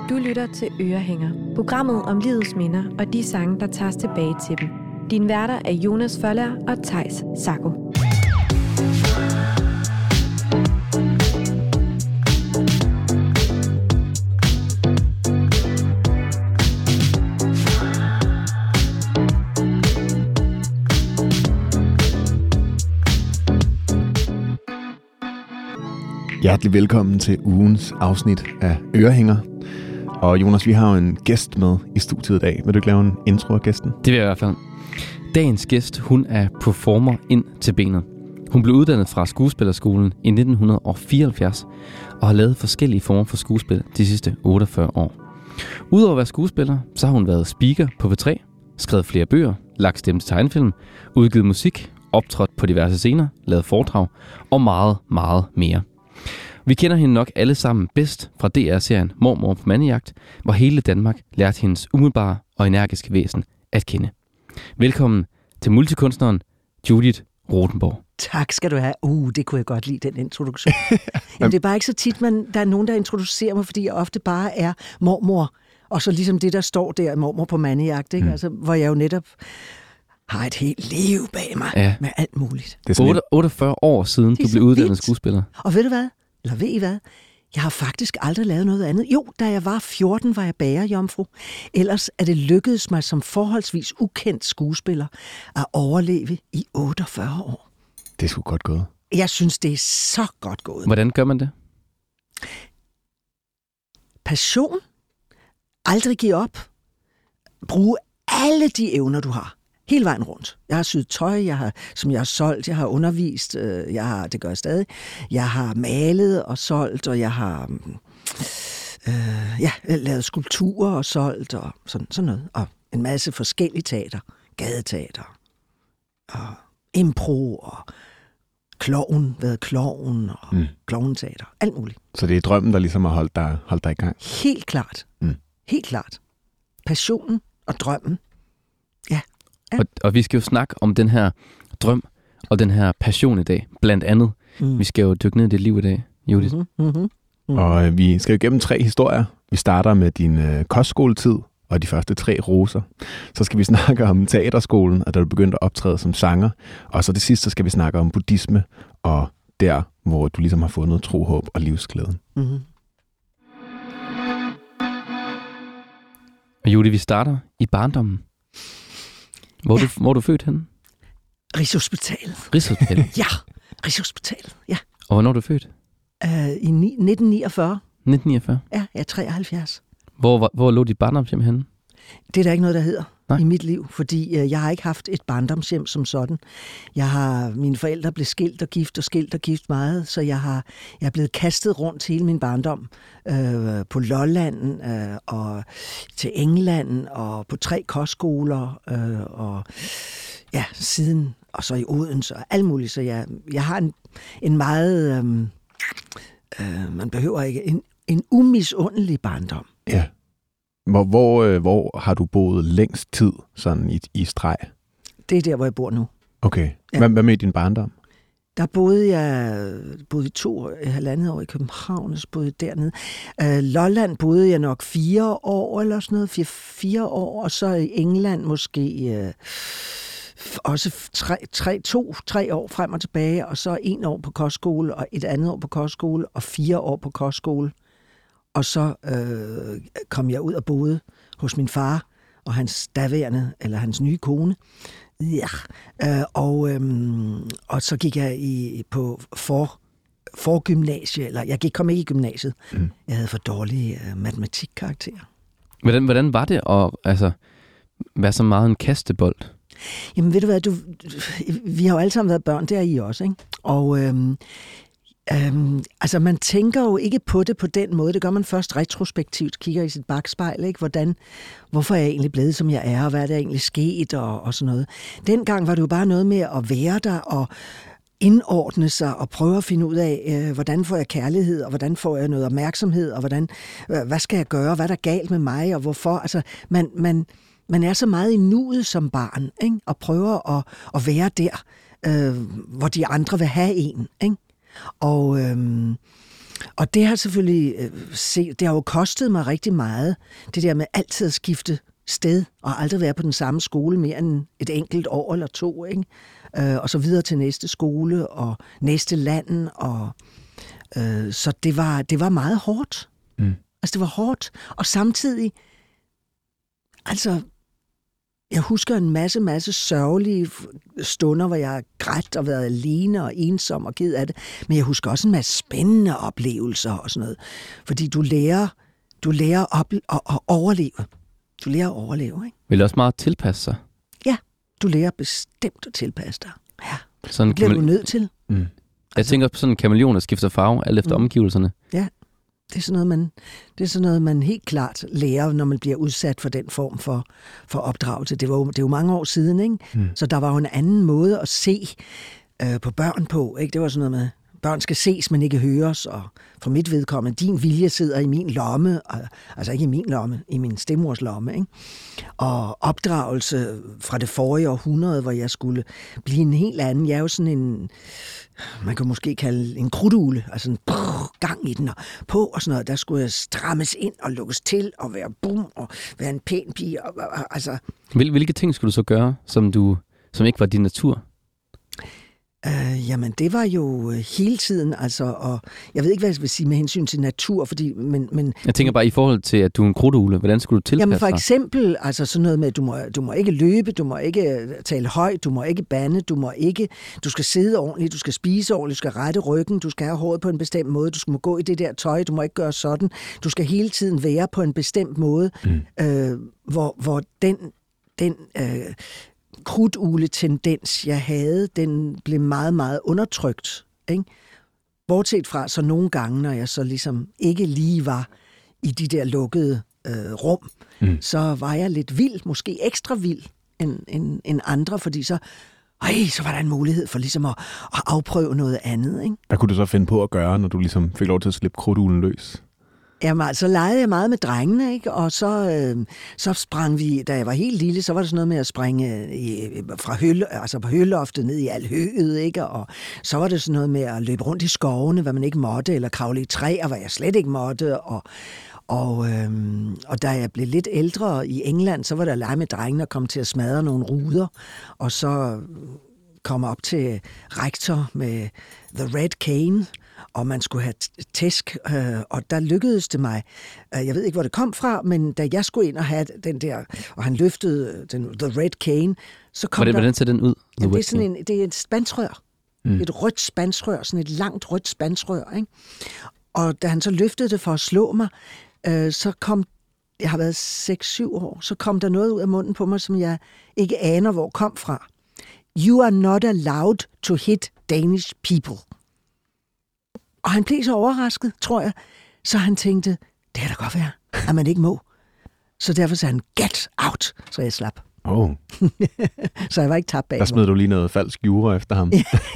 Du lytter til Ørehænger, programmet om livets minder og de sange, der tages tilbage til dem. Din værter er Jonas Føller og Theis Sacco. Hjertelig velkommen til ugens afsnit af Ørehænger. Og Jonas, vi har jo en gæst med i studiet i dag. Vil du ikke lave en intro af gæsten? Det vil jeg i hvert fald. Dagens gæst, hun er performer ind til benet. Hun blev uddannet fra skuespillerskolen i 1974 og har lavet forskellige former for skuespil de sidste 48 år. Udover at være skuespiller, så har hun været speaker på P3, skrevet flere bøger, lagt stemme til tegnefilm, udgivet musik, optrådt på diverse scener, lavet foredrag og meget, meget mere. Vi kender hende nok alle sammen bedst fra DR-serien Mormor på mandejagt, hvor hele Danmark lærte hendes umiddelbare og energiske væsen at kende. Velkommen til multikunstneren Judith Rothenborg. Tak skal du have. Det kunne jeg godt lide, den introduktion. Jamen, det er bare ikke så tit, der er nogen, der introducerer mig, fordi jeg ofte bare er mormor. Og så ligesom det, der står der, mormor på mandejagt, ikke? Altså, hvor jeg jo netop har et helt liv bag mig med alt muligt. Det er 48 år siden, du blev uddannet skuespiller. Og ved du hvad? Eller ved I hvad? Jeg har faktisk aldrig lavet noget andet. Jo, da jeg var 14, var jeg bagerjomfru. Ellers er det lykkedes mig som forholdsvis ukendt skuespiller at overleve i 48 år. Det er sgu godt gået. Jeg synes, det er så godt gået. Hvordan gør man det? Passion. Aldrig give op. Brug alle de evner, du har. Hele vejen rundt. Jeg har syet tøj, som jeg har solgt, jeg har undervist, det gør jeg stadig. Jeg har malet og solgt, og jeg har lavet skulpturer og solgt, og sådan noget. Og en masse forskellige teater. Gadeteater, og impro, og været klovn, og klovnteater. Alt muligt. Så det er drømmen, der ligesom har holdt dig i gang? Helt klart. Helt klart. Passionen og drømmen. Ja. Og vi skal jo snakke om den her drøm og den her passion i dag, blandt andet. Vi skal jo dykke ned i dit liv i dag, Judith. Og vi skal jo igennem 3 historier. Vi starter med din kostskoletid og de første 3 roser. Så skal vi snakke om teaterskolen, og da du begyndte at optræde som sanger. Og så det sidste, så skal vi snakke om buddhisme, og der, hvor du ligesom har fundet tro, håb og livsglæden. Og Judith, vi starter i barndommen. Hvor er du født henne? Rigshospitalet. Rigshospitalet? Ja, Rigshospitalet, ja. Og hvornår er du født? I 1949. 1949? Ja, jeg er 73. Hvor lå dit barndomshjem henne? Det er der ikke noget, der hedder. Nej. I mit liv, fordi jeg har ikke haft et barndomshjem som sådan. Mine forældre blev skilt og gift meget, så jeg er blevet kastet rundt hele min barndom på Lolland og til England og på 3 kostskoler og ja, siden og så i Odense og alt muligt. Så jeg har en meget man behøver ikke en umisundelig barndom. Ja. Hvor har du boet længst tid sådan i streg? Det er der, hvor jeg bor nu. Okay. Ja. Hvad med i din barndom? Der boede jeg i 2,5 år i København, og så boede jeg dernede. Lolland boede jeg nok 4 år eller sådan noget, 4 år, og så i England måske også 3 år frem og tilbage, og så 1 år på kostskole, og et andet år på kostskole, og 4 år på kostskole. Og så kom jeg ud og boede hos min far og hans daværende, eller hans nye kone. Ja. Og så gik jeg på forgymnasie, eller jeg kom ikke i gymnasiet. Jeg havde for dårlige matematikkarakterer. Hvordan var det at være så meget en kastebold? Jamen ved du hvad, vi har jo alle sammen været børn, det er I også, ikke? Og man tænker jo ikke på det på den måde. Det gør man først retrospektivt, kigger i sit bakspejl, ikke? Hvorfor er jeg egentlig blevet, som jeg er, og hvad er der egentlig sket, og sådan noget. Dengang var det jo bare noget med at være der, og indordne sig, og prøve at finde ud af, hvordan får jeg kærlighed, og hvordan får jeg noget opmærksomhed, og hvad skal jeg gøre, hvad er der galt med mig, og hvorfor. Altså, man er så meget i nuet som barn, ikke? Og prøver at være der, hvor de andre vil have en, ikke? Og Og det har selvfølgelig det har jo kostet mig rigtig meget, det der med altid at skifte sted, og aldrig være på den samme skole mere end et enkelt år eller 2, ikke? Og så videre til næste skole, og næste land, og så det var meget hårdt. Altså, det var hårdt, og samtidig, altså, jeg husker en masse sørgelige stunder, hvor jeg har grædt og været alene og ensom og ked af det. Men jeg husker også en masse spændende oplevelser og sådan noget. Fordi du lærer at overleve. Du lærer at overleve, ikke? Vil også meget tilpasse sig? Ja, du lærer bestemt at tilpasse dig. Ja, sådan det bliver du nødt til. Jeg tænker på sådan en kameleon, der skifter farve alt efter omgivelserne. Ja. Det er sådan noget, man helt klart lærer, når man bliver udsat for den form for opdragelse. Det er jo mange år siden, ikke? Så der var jo en anden måde at se på børn på, ikke? Det var sådan noget med, børn skal ses, men ikke høres, og for mit vedkommende, din vilje sidder i min lomme, altså ikke i min lomme, i min stemmors lomme, ikke? Og opdragelse fra det forrige århundrede, hvor jeg skulle blive en helt anden. Jeg er jo sådan en, man kan måske kalde en krudtugle, altså en gang i den og på og sådan noget. Der skulle jeg strammes ind og lukkes til og være bum og være en pæn pige. Altså. Hvilke ting skulle du så gøre, som ikke var din natur? Jamen, det var jo hele tiden, altså, og jeg ved ikke, hvad jeg vil sige med hensyn til natur, fordi, men jeg tænker bare i forhold til, at du er en krudtugle, hvordan skulle du tilpasse dig? Jamen, for eksempel, altså sådan noget med, du må ikke løbe, du må ikke tale højt, du må ikke bande, du skal sidde ordentligt, du skal spise ordentligt, du skal rette ryggen, du skal have håret på en bestemt måde, du må gå i det der tøj, du må ikke gøre sådan, du skal hele tiden være på en bestemt måde, hvor den krudtugle-tendens, jeg havde, den blev meget, meget undertrykt. Ikke? Bortset fra så nogle gange, når jeg så ligesom ikke lige var i de der lukkede rum, så var jeg lidt vild, måske ekstra vild end andre, fordi så var der en mulighed for ligesom at afprøve noget andet. Ikke? Hvad kunne du så finde på at gøre, når du ligesom fik lov til at slippe krudtuglen løs? Jamen, så legede jeg meget med drengene, ikke? Og så sprang vi, da jeg var helt lille, så var det sådan noget med at springe fra på høloftet ned i al høet, ikke? Og så var det sådan noget med at løbe rundt i skovene, hvad man ikke måtte, eller kravle i træer, hvad jeg slet ikke måtte, og da jeg blev lidt ældre i England, så var der lege med drengene og kom til at smadre nogle ruder, og så kom op til rektor med The Red Cane, og man skulle have tæsk, og der lykkedes det mig. Jeg ved ikke, hvor det kom fra, men da jeg skulle ind og have den der, og han løftede The Red Cane, så kom Hvordan ser den ud? Jamen, det er et spansrør. Et rødt spansrør, sådan et langt rødt spansrør. Ikke? Og da han så løftede det for at slå mig, så kom, jeg har været 6-7 år, så kom der noget ud af munden på mig, som jeg ikke aner, hvor kom fra. You are not allowed to hit Danish people. Og han blev så overrasket, tror jeg. Så han tænkte, det kan da godt være, at man ikke må. Så derfor sagde han, get out, så jeg slap. Så jeg var ikke tabt bag. Der smed du lige noget falsk jura efter ham.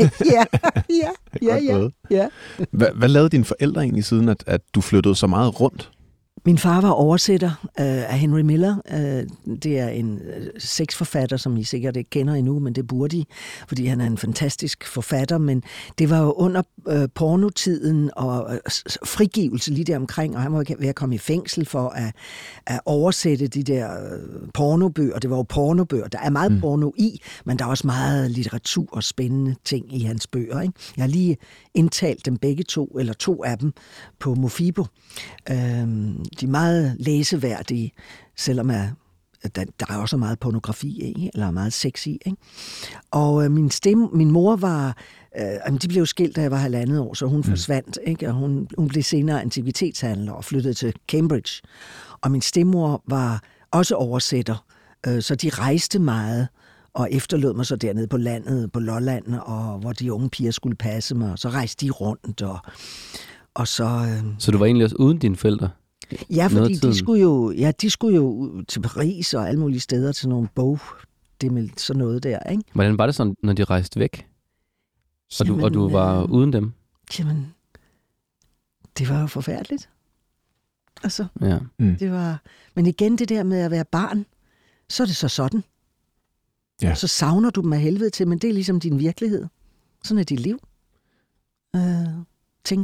Ja. Hvad lavede dine forældre egentlig siden, at du flyttede så meget rundt? Min far var oversætter af Henry Miller. Det er en sexforfatter, som I sikkert ikke kender endnu, men det burde I, fordi han er en fantastisk forfatter. Men det var jo under pornotiden og frigivelse lige der omkring, og han var ved at komme i fængsel for at oversætte de der pornobøger. Det var jo pornobøger. Der er meget porno i, men der er også meget litteratur og spændende ting i hans bøger. Ikke? Jeg har lige indtalt dem begge to, eller 2 af dem, på Mofibo. De er meget læseværdige, selvom der er også meget pornografi i, eller meget sex i. Ikke? Og min mor var, de blev skilt, da jeg var 1,5 år, så hun forsvandt. Ikke? Og hun blev senere antikvitetshandler og flyttede til Cambridge. Og min stemmor var også oversætter, så de rejste meget og efterlod mig så dernede på landet, på Lolland, og hvor de unge piger skulle passe mig. Og så rejste de rundt, og så... Så du var egentlig også uden dine forældre? Ja, fordi de skulle jo til Paris og alle mulige steder til nogle sådan noget der, ikke? Hvordan var det sådan, når de rejste væk? Og du var uden dem? Jamen, det var jo forfærdeligt. Altså, ja. Det var... Men igen, det der med at være barn, så er det så sådan. Ja. Så savner du dem af helvede til, men det er ligesom din virkelighed. Sådan er dit liv, tænker jeg.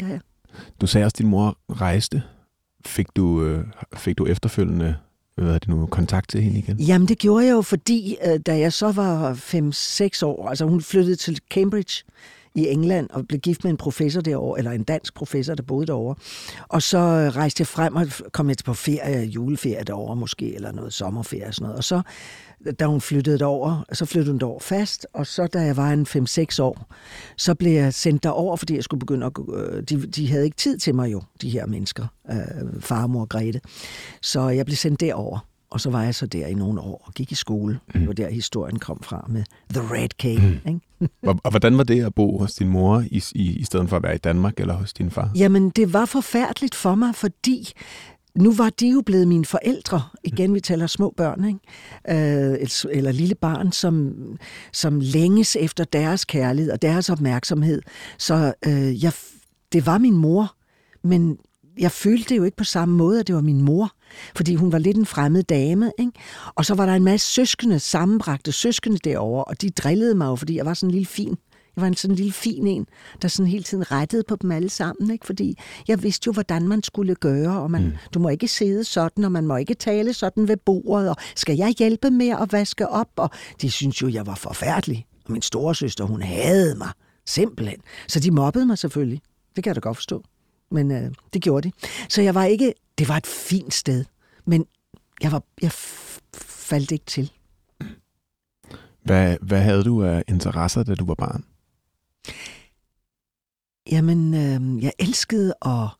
Du sagde også, at din mor rejste. Fik du efterfølgende kontakt til hende igen? Jamen, det gjorde jeg jo, fordi da jeg så var 5-6 år, altså hun flyttede til Cambridge i England og blev gift med en professor derovre, eller en dansk professor, der boede derovre. Og så rejste jeg frem og kom jeg på ferie, juleferie derovre måske, eller noget sommerferie og sådan noget. Og så, da hun flyttede derover, så flyttede hun derover fast, og så da jeg var en 5-6 år, så blev jeg sendt derover, fordi jeg skulle begynde at... De havde ikke tid til mig jo, de her mennesker, far, mor og Grete. Så jeg blev sendt derover. Og så var jeg så der i nogle år og gik i skole. Det var der historien kom fra med The Red Cane. Ikke? Og hvordan var det at bo hos din mor, i stedet for at være i Danmark eller hos din far? Jamen, det var forfærdeligt for mig, fordi nu var de jo blevet mine forældre. Igen, vi taler små børn, ikke? Eller lille barn, som længes efter deres kærlighed og deres opmærksomhed. Så det var min mor, men jeg følte det jo ikke på samme måde, at det var min mor, fordi hun var lidt en fremmed dame, ikke? Og så var der en masse sammenbragte søskende derovre, og de drillede mig jo, fordi jeg var sådan en lille fin. Jeg var sådan en lille fin en, der sådan hele tiden rettede på dem alle sammen, ikke? Fordi jeg vidste jo, hvordan man skulle gøre, og du må ikke sidde sådan, og man må ikke tale sådan ved bordet, og skal jeg hjælpe med at vaske op? Og de syntes jo, jeg var forfærdelig. Og min storesøster, hun hadede mig, simpelthen. Så de mobbede mig selvfølgelig. Det kan jeg da godt forstå. Men det gjorde de. Så jeg var ikke... Det var et fint sted, men jeg faldt ikke til. Hvad havde du af interesser, da du var barn? Jamen, jeg elskede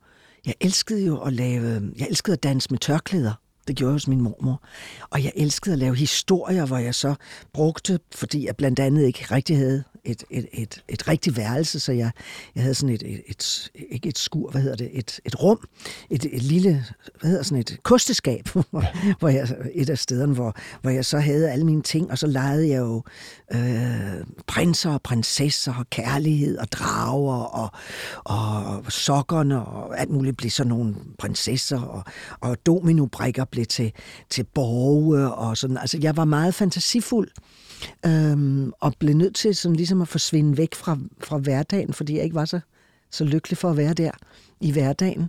at danse med tørklæder. Det gjorde jeg hos min mormor. Og jeg elskede at lave historier, hvor jeg så brugte, fordi jeg blandt andet ikke rigtig havde et rigtigt værelse, så jeg havde sådan ikke et skur, et rum, et lille, et kosteskab, hvor jeg, et af stederne, hvor jeg så havde alle mine ting, og så legede jeg jo prinser og prinsesser og kærlighed og drager og sokkerne og alt muligt blev sådan nogle prinsesser, og dominobrikker blev til borge og sådan. Altså, jeg var meget fantasifuld. Og blev nødt til sådan ligesom at forsvinde væk fra hverdagen, fordi jeg ikke var så lykkelig for at være der i hverdagen.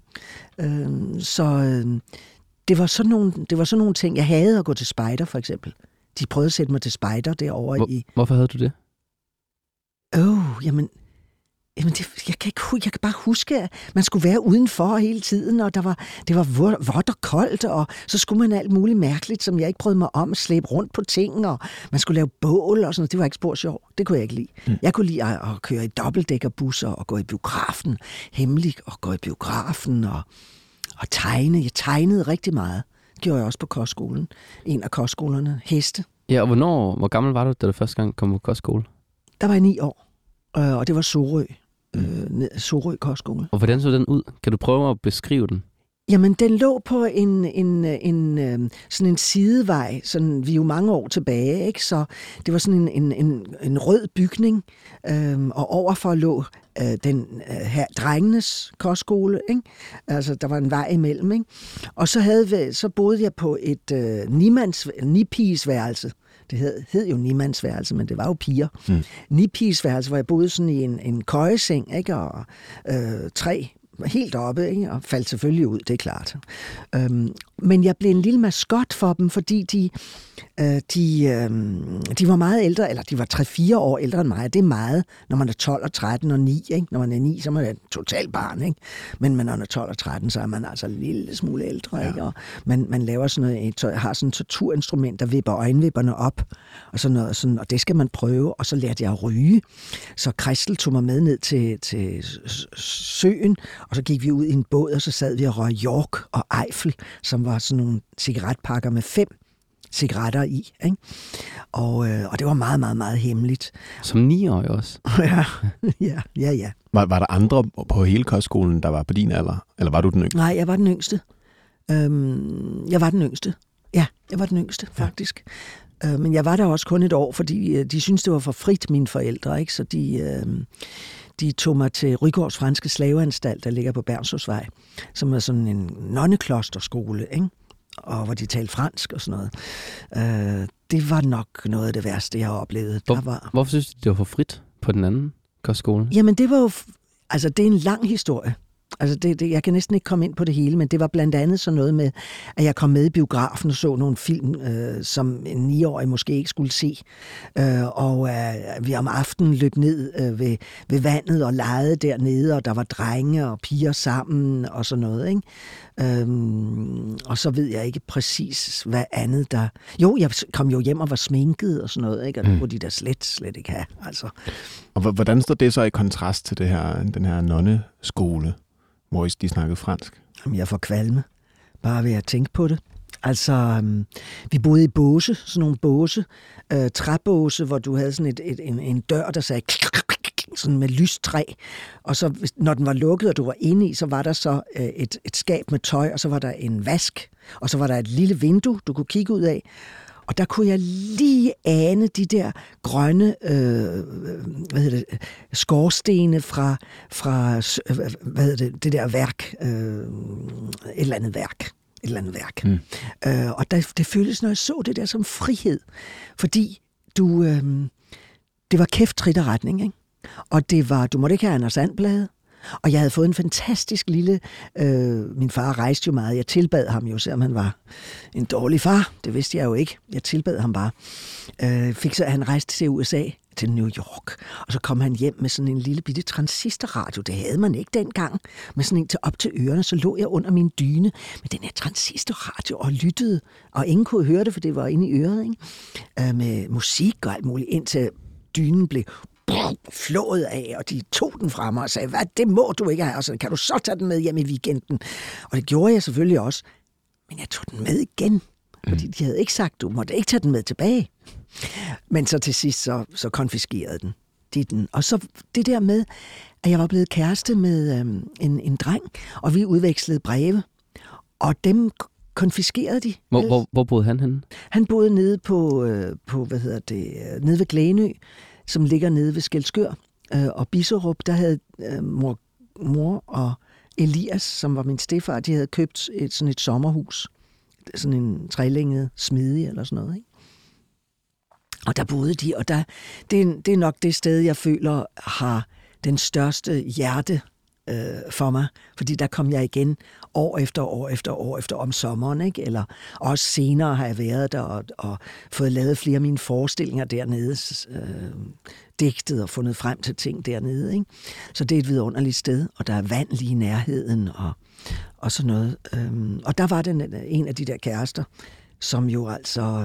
Det var sådan nogle ting. Jeg havde at gå til spejder, for eksempel. De prøvede at sætte mig til spejder derovre i... Hvorfor havde du det? Jamen jeg kan bare huske, at man skulle være udenfor hele tiden, og det var vådt og koldt, og så skulle man alt muligt mærkeligt, som jeg ikke prøvede mig om at slæbe rundt på ting, og man skulle lave bål og sådan noget. Det var ikke spor sjovt. Det kunne jeg ikke lide. Jeg kunne lide at køre i dobbeltdækkerbusser og gå i biografen, hemmeligt, og gå i biografen og tegne. Jeg tegnede rigtig meget. Det gjorde jeg også på kostskolen. En af kostskolerne, Heste. Ja, og hvor gammel var du, da du første gang kom på kostskole? Der var jeg 9 år, og det var Sorø. Sorø Kostskole. Og hvordan så den ud? Kan du prøve at beskrive den? Jamen, den lå på sådan en sidevej, sådan, vi er jo mange år tilbage, ikke? Så det var sådan en rød bygning, og overfor lå her drengenes kostskole, ikke? Altså, der var en vej imellem, ikke? Og så boede jeg på et nipigesværelse. Det hed jo nimandsværelse, men det var jo piger. Nipigesværelse, hvor jeg boede sådan i en køjeseng, ikke? Og 3 helt oppe, ikke? Og faldt selvfølgelig ud, det er klart. Men jeg blev en lille maskot for dem, fordi de var meget ældre, eller de var 3-4 år ældre end mig. Det er meget, når man er 12 og 13 og 9. Ikke? Når man er 9, så er man et totalt barn. Ikke? Men når man er 12 og 13, så er man altså en lille smule ældre. Ja. Ikke? Og man laver sådan noget, har sådan et torturinstrument, der vipper øjenvipperne op, og sådan noget, sådan, og det skal man prøve. Og så lærte jeg at ryge. Så Christel tog mig med ned til søen, og så gik vi ud i en båd, og så sad vi og røg York og Eiffel, som var sådan nogle cigaretpakker med 5 cigaretter i, ikke? Og det var meget, meget, meget hemmeligt. Som 9-årig også? Ja. Var der andre på hele kostskolen, der var på din alder? Eller var du den yngste? Nej, jeg var den yngste. Jeg var den yngste, faktisk. Men jeg var der også kun et år, fordi de syntes, det var for frit, mine forældre, ikke? Så de tog mig til Rygårds franske slaveanstalt, der ligger på Bernstorffsvej, som er sådan en nonneklosterskole, ikke? Og hvor de talte fransk og sådan noget. Det var nok noget af det værste, jeg har oplevet. Hvorfor synes du, det var for frit på den anden kostskole? Jamen, det var jo... Altså, det er en lang historie. Altså jeg kan næsten ikke komme ind på det hele, men det var blandt andet sådan noget med, at jeg kom med i biografen og så nogle film, som en 9-årig måske ikke skulle se. Og vi om aftenen løb ned ved vandet og legede dernede, og der var drenge og piger sammen og sådan noget, ikke? Og så ved jeg ikke præcis, hvad andet der... Jo, jeg kom jo hjem og var sminket og sådan noget, ikke? Og det kunne de da slet ikke have, altså. Og hvordan står det så i kontrast til den her nonneskole, hvor de snakkede fransk? Jamen, jeg får kvalme, bare ved at tænke på det. Altså, vi boede i båse, sådan nogle båse, træbåse, hvor du havde sådan en dør, der sagde sådan med lystræ. Og så, når den var lukket, og du var inde i, så var der så et skab med tøj, og så var der en vask, og så var der et lille vindue, du kunne kigge ud af. Og der kunne jeg lige ane de der grønne skorstene fra det der værk, et eller andet værk. Og det føltes, når jeg så det der, som frihed. Fordi det var kæft trit og retning, ikke? Og det var, du måtte ikke have Anders And-blade. Og jeg havde fået en fantastisk lille... min far rejste jo meget. Jeg tilbad ham jo, selvom han var en dårlig far. Det vidste jeg jo ikke. Jeg tilbad ham bare. Han rejste til USA, til New York. Og så kom han hjem med sådan en lille bitte transistorradio. Det havde man ikke dengang. Med sådan en til op til ørerne. Så lå jeg under min dyne med den her transistorradio og lyttede. Og ingen kunne høre det, for det var inde i øret, ikke? Med musik og alt muligt, indtil dynen blev flået af, og de tog den fra mig og sagde, hvad, det må du ikke have, og så kan du så tage den med hjem i weekenden. Og det gjorde jeg selvfølgelig også, men jeg tog den med igen, fordi de havde ikke sagt, du måtte ikke tage den med tilbage. Men så til sidst, så konfiskerede den. Og så det der med, at jeg var blevet kæreste med en dreng, og vi udvekslede breve, og dem konfiskerede de. Hvor boede han henne? Han boede nede på nede ved Glænø, som ligger nede ved Skælskør og Bisserup. Der havde mor og Elias, som var min stedfar, de havde købt sådan et sommerhus. Sådan en trelænget smedje eller sådan noget, ikke? Og der boede de, og det er nok det sted, jeg føler har den største hjerte for mig. Fordi der kom jeg igen år efter om sommeren, ikke? Eller også senere har jeg været der og fået lavet flere af mine forestillinger dernede, digtet og fundet frem til ting dernede, ikke? Så det er et vidunderligt sted, og der er vand lige i nærheden og sådan noget. Og der var den en af de der kærester, som jo altså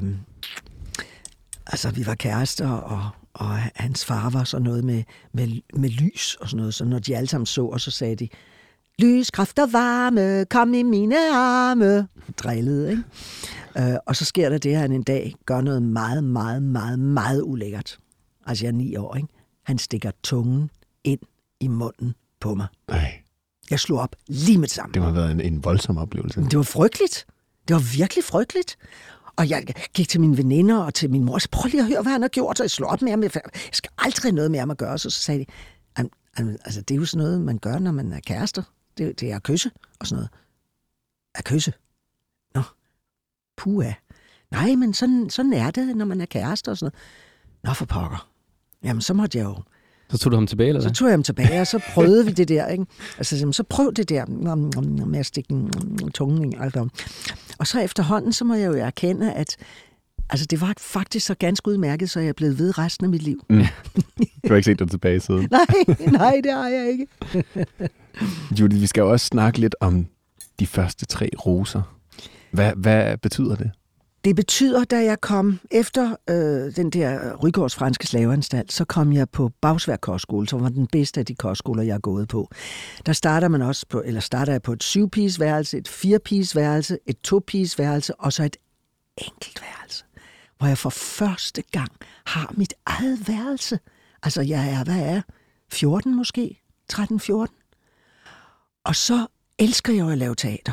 vi var kærester, og hans far var sådan noget med lys og sådan noget. Så når de alle sammen så, og så sagde de, lys, kraft og varme, kom i mine arme. Drillede, ikke? Og så sker der det, at han en dag gør noget meget, meget, meget, meget ulækkert. Altså jeg er 9 år, ikke? Han stikker tungen ind i munden på mig. Nej. Jeg slog op lige med det samme. Det må have været en voldsom oplevelse. Det var frygteligt. Det var virkelig frygteligt. Og jeg gik til mine veninder og til min mor og sagde, prøv lige at høre, hvad han har gjort, så jeg slår op med ham. Jeg skal aldrig noget med ham at gøre. Så sagde de, altså det er jo sådan noget, man gør, når man er kærester. Det er at kysse og sådan noget. At kysse? Nå, puha. Nej, men sådan er det, når man er kærester og sådan noget. Nå, for pokker. Jamen, så måtte jeg jo... Så tog du ham tilbage, eller hvad? Så tog jeg ham tilbage, og så prøvede vi det der, ikke? Altså, så prøv det der med at stikke tungen i alt om. Og så efterhånden, så må jeg jo erkende, at altså, det var faktisk så ganske udmærket, så jeg er blevet ved resten af mit liv. Du har ikke set dig tilbage siden? Nej, det har jeg ikke. Judith, vi skal jo også snakke lidt om de første 3 roser. Hvad betyder det? Det betyder, da jeg kom efter den der Rygårds franske slaveanstalt, så kom jeg på Bagsværd Kostskole, som var den bedste af de kostskoler, jeg er gået på. Der starter jeg på et 7-pigesværelse, et 4-pigesværelse, et 2-pigesværelse og så et enkeltværelse, hvor jeg for første gang har mit eget værelse. Altså jeg er, 14 måske? 13-14? Og så elsker jeg at lave teater.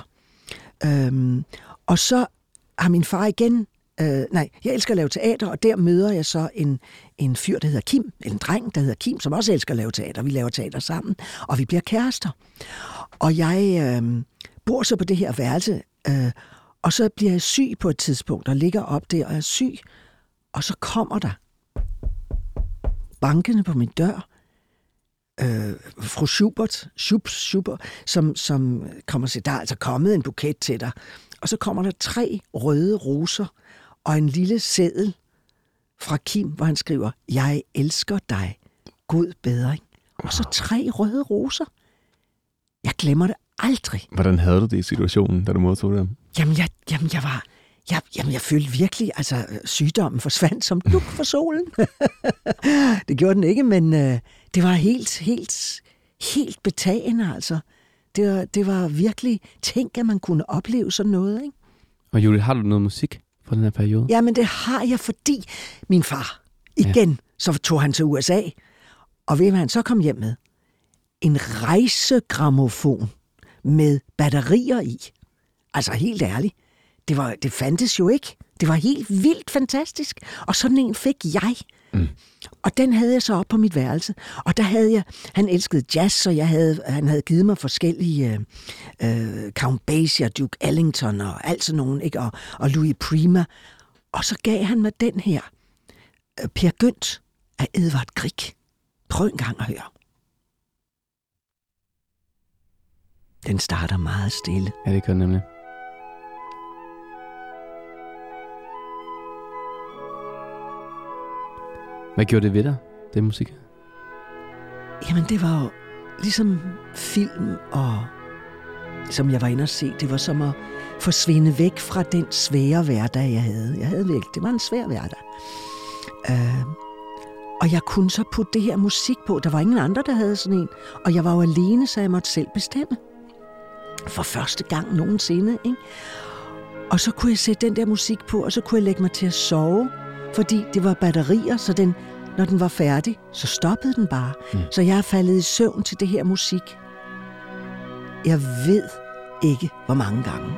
Og så har min far igen... jeg elsker at lave teater, og der møder jeg så en fyr, der hedder Kim, en dreng, der hedder Kim, som også elsker at lave teater. Vi laver teater sammen, og vi bliver kærester. Og jeg bor så på det her værelse, og så bliver jeg syg på et tidspunkt, og ligger op der og er syg. Og så kommer der bankende på min dør fru Schubert, som kommer til, der er altså kommet en buket til dig. Og så kommer der 3 røde roser og en lille seddel fra Kim, hvor han skriver, jeg elsker dig, god bedring. Og så 3 røde roser. Jeg glemmer det aldrig. Hvordan havde du det i situationen, da du modtog dem? Jeg følte virkelig, altså sygdommen forsvandt som dug for solen. Det gjorde den ikke, men det var helt betagende, altså. Det var virkelig, tænk, at man kunne opleve sådan noget, ikke? Og Julie, har du noget musik fra den her periode? Jamen, det har jeg, fordi min far, igen, så tog han til USA, og ved hvad han så kom hjem med? En rejsegrammofon med batterier i. Altså, helt ærligt. Det fandtes jo ikke. Det var helt vildt fantastisk. Og sådan en fik jeg. Mm. Og den havde jeg så op på mit værelse. Og der havde jeg... Han elskede jazz, så han havde givet mig forskellige... Count Basie og Duke Ellington og alt sådan nogen, ikke? Og Louis Prima. Og så gav han mig den her. Per Gynt af Edvard Grieg. Prøv en gang at høre. Den starter meget stille. Ja, det gør den nemlig. Hvad gjorde det ved dig, det musik? Jamen, det var jo ligesom film, og som jeg var inde og se, det var som at forsvinde væk fra den svære hverdag, jeg havde. Det var en svær hverdag. Og jeg kunne så putte det her musik på. Der var ingen andre, der havde sådan en. Og jeg var jo alene, så jeg måtte selv bestemme. For første gang nogensinde, ikke? Og så kunne jeg sætte den der musik på, og så kunne jeg lægge mig til at sove. Fordi det var batterier, så når den var færdig, så stoppede den bare. Så jeg er faldet i søvn til det her musik. Jeg ved ikke, hvor mange gange.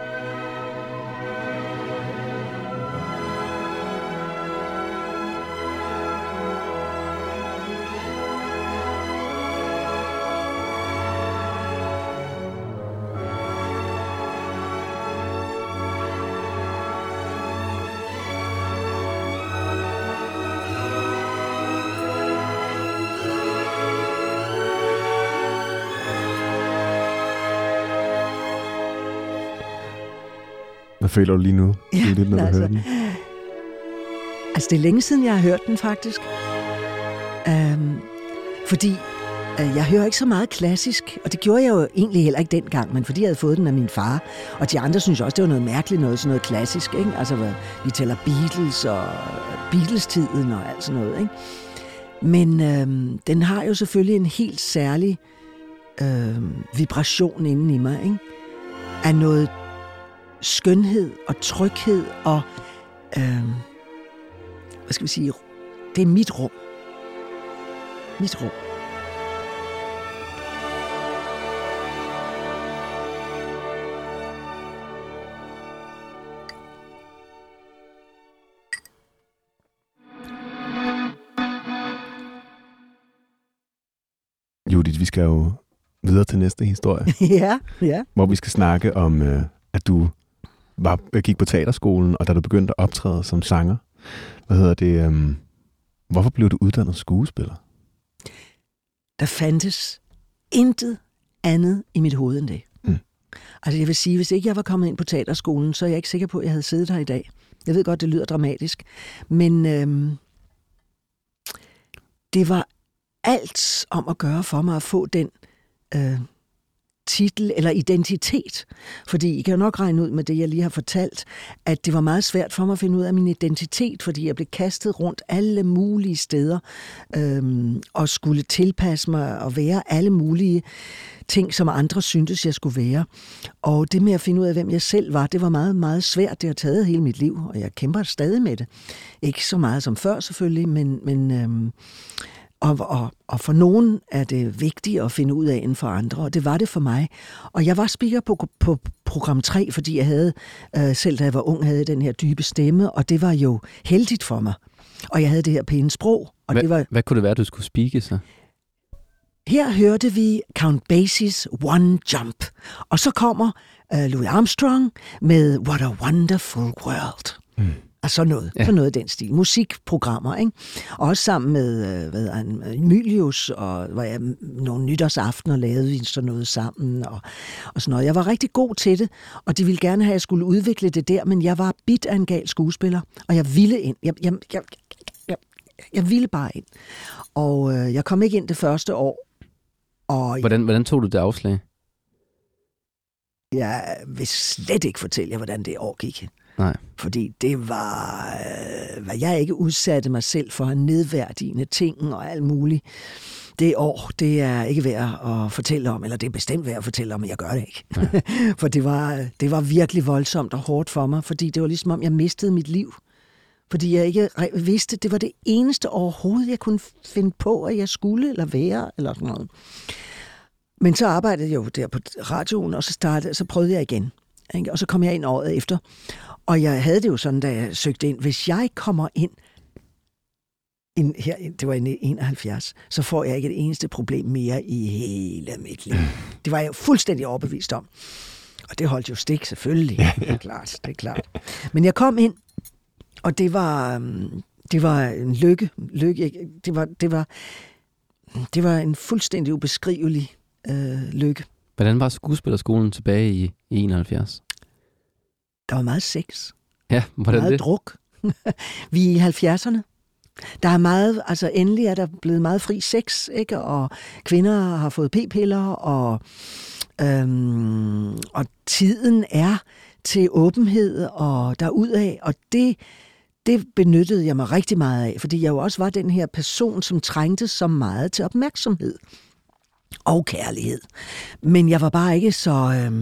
Hvad føler du lige nu? Ja, når du hører den? Altså, det er længe siden, jeg har hørt den, faktisk. Fordi jeg hører ikke så meget klassisk, og det gjorde jeg jo egentlig heller ikke dengang, men fordi jeg havde fået den af min far, og de andre synes også, det var noget mærkeligt noget, sådan noget klassisk, ikke? Altså, vi tæller Beatles og Beatles-tiden og alt sådan noget, ikke? Men den har jo selvfølgelig en helt særlig vibration inden i mig, ikke? Af noget skønhed og tryghed og hvad skal vi sige, det er mit rum. Mit rum. Judith, vi skal jo videre til næste historie. Ja. Hvor vi skal snakke om, at du gik på teaterskolen, og da du begyndte at optræde som sanger. Hvorfor blev du uddannet skuespiller? Der fandtes intet andet i mit hoved end det. Altså jeg vil sige, hvis ikke jeg var kommet ind på teaterskolen, så er jeg ikke sikker på, at jeg havde siddet her i dag. Jeg ved godt, det lyder dramatisk, men det var alt om at gøre for mig at få den titel eller identitet. Fordi I kan jo nok regne ud med det, jeg lige har fortalt, at det var meget svært for mig at finde ud af min identitet, fordi jeg blev kastet rundt alle mulige steder og skulle tilpasse mig og være alle mulige ting, som andre syntes, jeg skulle være. Og det med at finde ud af, hvem jeg selv var, det var meget, meget svært. Det har taget hele mit liv, og jeg kæmper stadig med det. Ikke så meget som før selvfølgelig, men og for nogen er det vigtigt at finde ud af end for andre, og det var det for mig. Og jeg var speaker på program 3, fordi jeg havde, selv da jeg var ung, havde den her dybe stemme, og det var jo heldigt for mig. Og jeg havde det her pæne sprog. Og hvad kunne det være, du skulle speake så? Her hørte vi Count Basie's One Jump, og så kommer Louis Armstrong med What a Wonderful World. Altså sådan noget af den stil. Musikprogrammer, ikke? Også sammen med Mylius, og hvor jeg nogle nytårsaftener lavede vi sådan noget sammen, og sådan noget. Jeg var rigtig god til det, og de ville gerne have, at jeg skulle udvikle det der, men jeg var bit af en gal skuespiller, og jeg ville ind. Jeg ville bare ind. Og jeg kom ikke ind det første år. Og Hvordan tog du det afslag? Jeg vil slet ikke fortælle jer, hvordan det år gik. Nej. Fordi det var, hvad jeg ikke udsatte mig selv for nedværdigende ting og alt muligt. Det år, det er ikke værd at fortælle om, eller det er bestemt værd at fortælle om, men jeg gør det ikke. Ja. For det var virkelig voldsomt og hårdt for mig, fordi det var ligesom om, jeg mistede mit liv. Fordi jeg ikke vidste, det var det eneste overhovedet, jeg kunne finde på, at jeg skulle eller være, eller sådan noget. Men så arbejdede jeg jo der på radioen, og så prøvede jeg igen. Ikke? Og så kom jeg ind året efter. Og jeg havde det jo sådan, da jeg søgte ind. Hvis jeg kommer ind her, det var i 71, så får jeg ikke et eneste problem mere i hele mit liv. Det var jeg jo fuldstændig overbevist om. Og det holdt jo stik, selvfølgelig. Det er klart. Men jeg kom ind, og det var en lykke. Det var en fuldstændig ubeskrivelig lykke. Hvordan var skuespillerskolen tilbage i 71? Der var meget sex. Ja, hvordan meget det? Druk. Vi er i 70'erne. Der er meget, altså endelig er der blevet meget fri sex, ikke? Og kvinder har fået p-piller, og tiden er til åbenhed og derudad, og det benyttede jeg mig rigtig meget af, fordi jeg jo også var den her person, som trængte så meget til opmærksomhed og kærlighed. Men jeg var bare ikke så...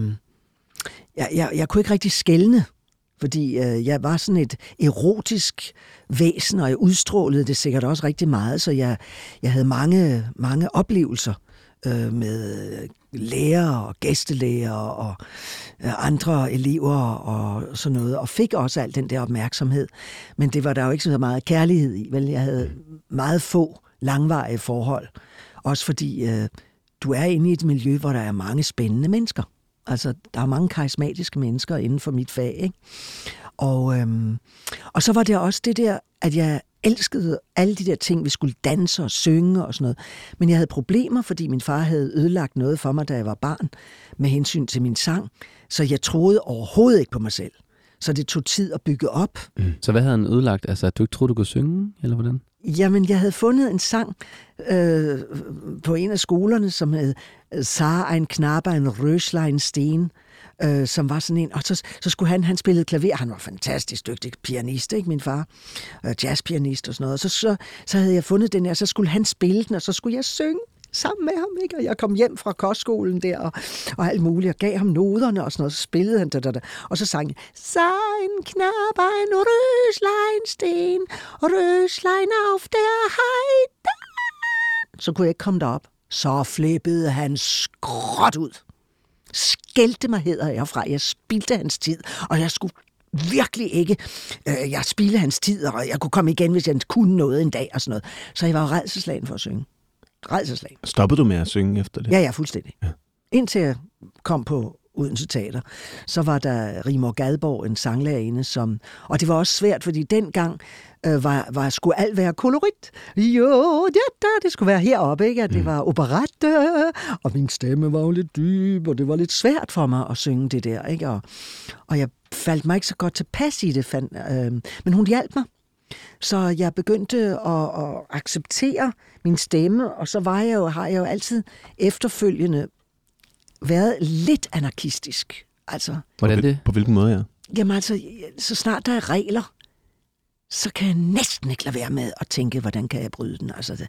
Jeg kunne ikke rigtig skelne, fordi jeg var sådan et erotisk væsen, og jeg udstrålede det sikkert også rigtig meget, så jeg havde mange oplevelser med lærere og gæstelærer og andre elever og sådan noget, og fik også al den der opmærksomhed. Men det var der jo ikke så meget kærlighed i, vel? Jeg havde meget få langvarige forhold, også fordi du er inde i et miljø, hvor der er mange spændende mennesker. Altså, der er mange karismatiske mennesker inden for mit fag, ikke? Og så var det også det der, at jeg elskede alle de der ting, vi skulle danse og synge og sådan noget. Men jeg havde problemer, fordi min far havde ødelagt noget for mig, da jeg var barn, med hensyn til min sang. Så jeg troede overhovedet ikke på mig selv. Så det tog tid at bygge op. Så hvad havde han ødelagt? Altså, at du ikke troede, du kunne synge, eller hvordan? Jamen, jeg havde fundet en sang på en af skolerne, som hed Sah ein Knabe, ein Röslein Sten, som var sådan en, og så skulle han spillede klaver. Han var fantastisk dygtig pianist, ikke, min far? Jazzpianist og sådan noget. Og så havde jeg fundet den her, så skulle han spille den, og så skulle jeg synge sammen med ham, ikke? Og jeg kom hjem fra kostskolen der, og alt muligt, og gav ham noderne og sådan noget, så spillede han det. Og så sang jeg, Sein Knabe, ein Röslein Sten, Röslein auf der Heide. Så kunne jeg ikke komme derop. Så flippede han skråt ud. Skældte mig herfra. Jeg spildte hans tid, og jeg skulle virkelig ikke. Jeg spildte hans tid, og jeg kunne komme igen, hvis jeg kunne noget en dag og sådan noget. Så jeg var rædselsslagen for at synge. Rædselsslagen. Stoppede du med at synge efter det? Ja, fuldstændig. Ja. Indtil jeg kom på Odense Teater, så var der Rigmor Gadborg, en sanglærerinde, og det var også svært, fordi dengang skulle alt være kolorit. Jo, det skulle være heroppe, ikke? At det var operette, og min stemme var jo lidt dyb, og det var lidt svært for mig at synge det der, ikke? Og jeg faldt mig ikke så godt tilpas i det, men hun hjalp mig. Så jeg begyndte at acceptere min stemme, og så har jeg jo altid efterfølgende været lidt anarkistisk. Altså, hvordan det? På hvilken måde, ja? Jamen altså, så snart der er regler, så kan jeg næsten ikke lade være med at tænke, hvordan kan jeg bryde den? Altså,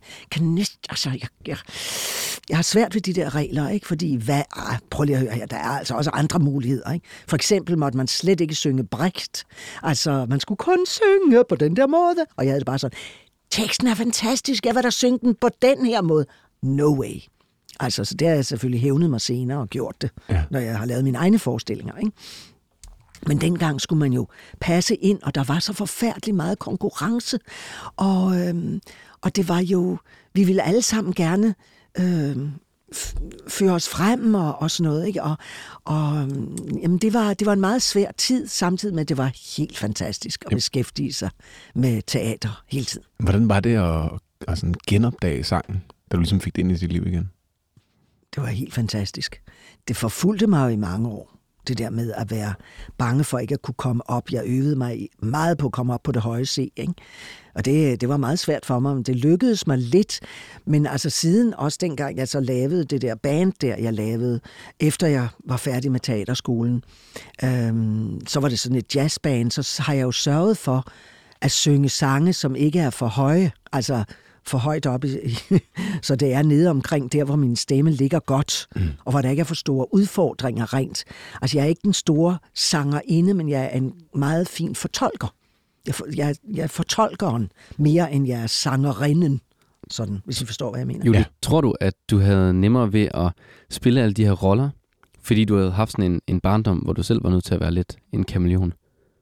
jeg har svært ved de der regler, ikke? Fordi, prøv lige at høre her, der er altså også andre muligheder, ikke? For eksempel måtte man slet ikke synge Brecht. Altså, man skulle kun synge på den der måde. Og jeg havde det bare sådan, teksten er fantastisk, jeg vil da synge den på den her måde. No way. Altså, så det har jeg selvfølgelig hævnet mig senere og gjort det, når jeg har lavet mine egne forestillinger, ikke? Men dengang skulle man jo passe ind, og der var så forfærdelig meget konkurrence. Og det var jo, vi ville alle sammen gerne føre os frem og sådan noget, ikke? Og jamen, det var en meget svær tid, samtidig med, at det var helt fantastisk at beskæftige sig med teater hele tiden. Hvordan var det at sådan genopdage sangen, da du ligesom fik det ind i dit liv igen? Det var helt fantastisk. Det forfulgte mig jo i mange år. Det der med at være bange for ikke at kunne komme op. Jeg øvede mig meget på at komme op på det høje C, ikke? Og det var meget svært for mig, men det lykkedes mig lidt. Men altså siden, også dengang jeg så lavede det der band der, jeg lavede, efter jeg var færdig med teaterskolen, så var det sådan et jazzband, så har jeg jo sørget for at synge sange, som ikke er for høje, altså for højt op, så det er nede omkring der, hvor min stemme ligger godt, og hvor der ikke er for store udfordringer rent. Altså, jeg er ikke den store sangerinde, men jeg er en meget fin fortolker. Jeg er fortolkeren mere, end jeg er sangerinden, sådan, hvis I forstår, hvad jeg mener. Julie, tror du, at du havde nemmere ved at spille alle de her roller, fordi du havde haft sådan en barndom, hvor du selv var nødt til at være lidt en kameleon?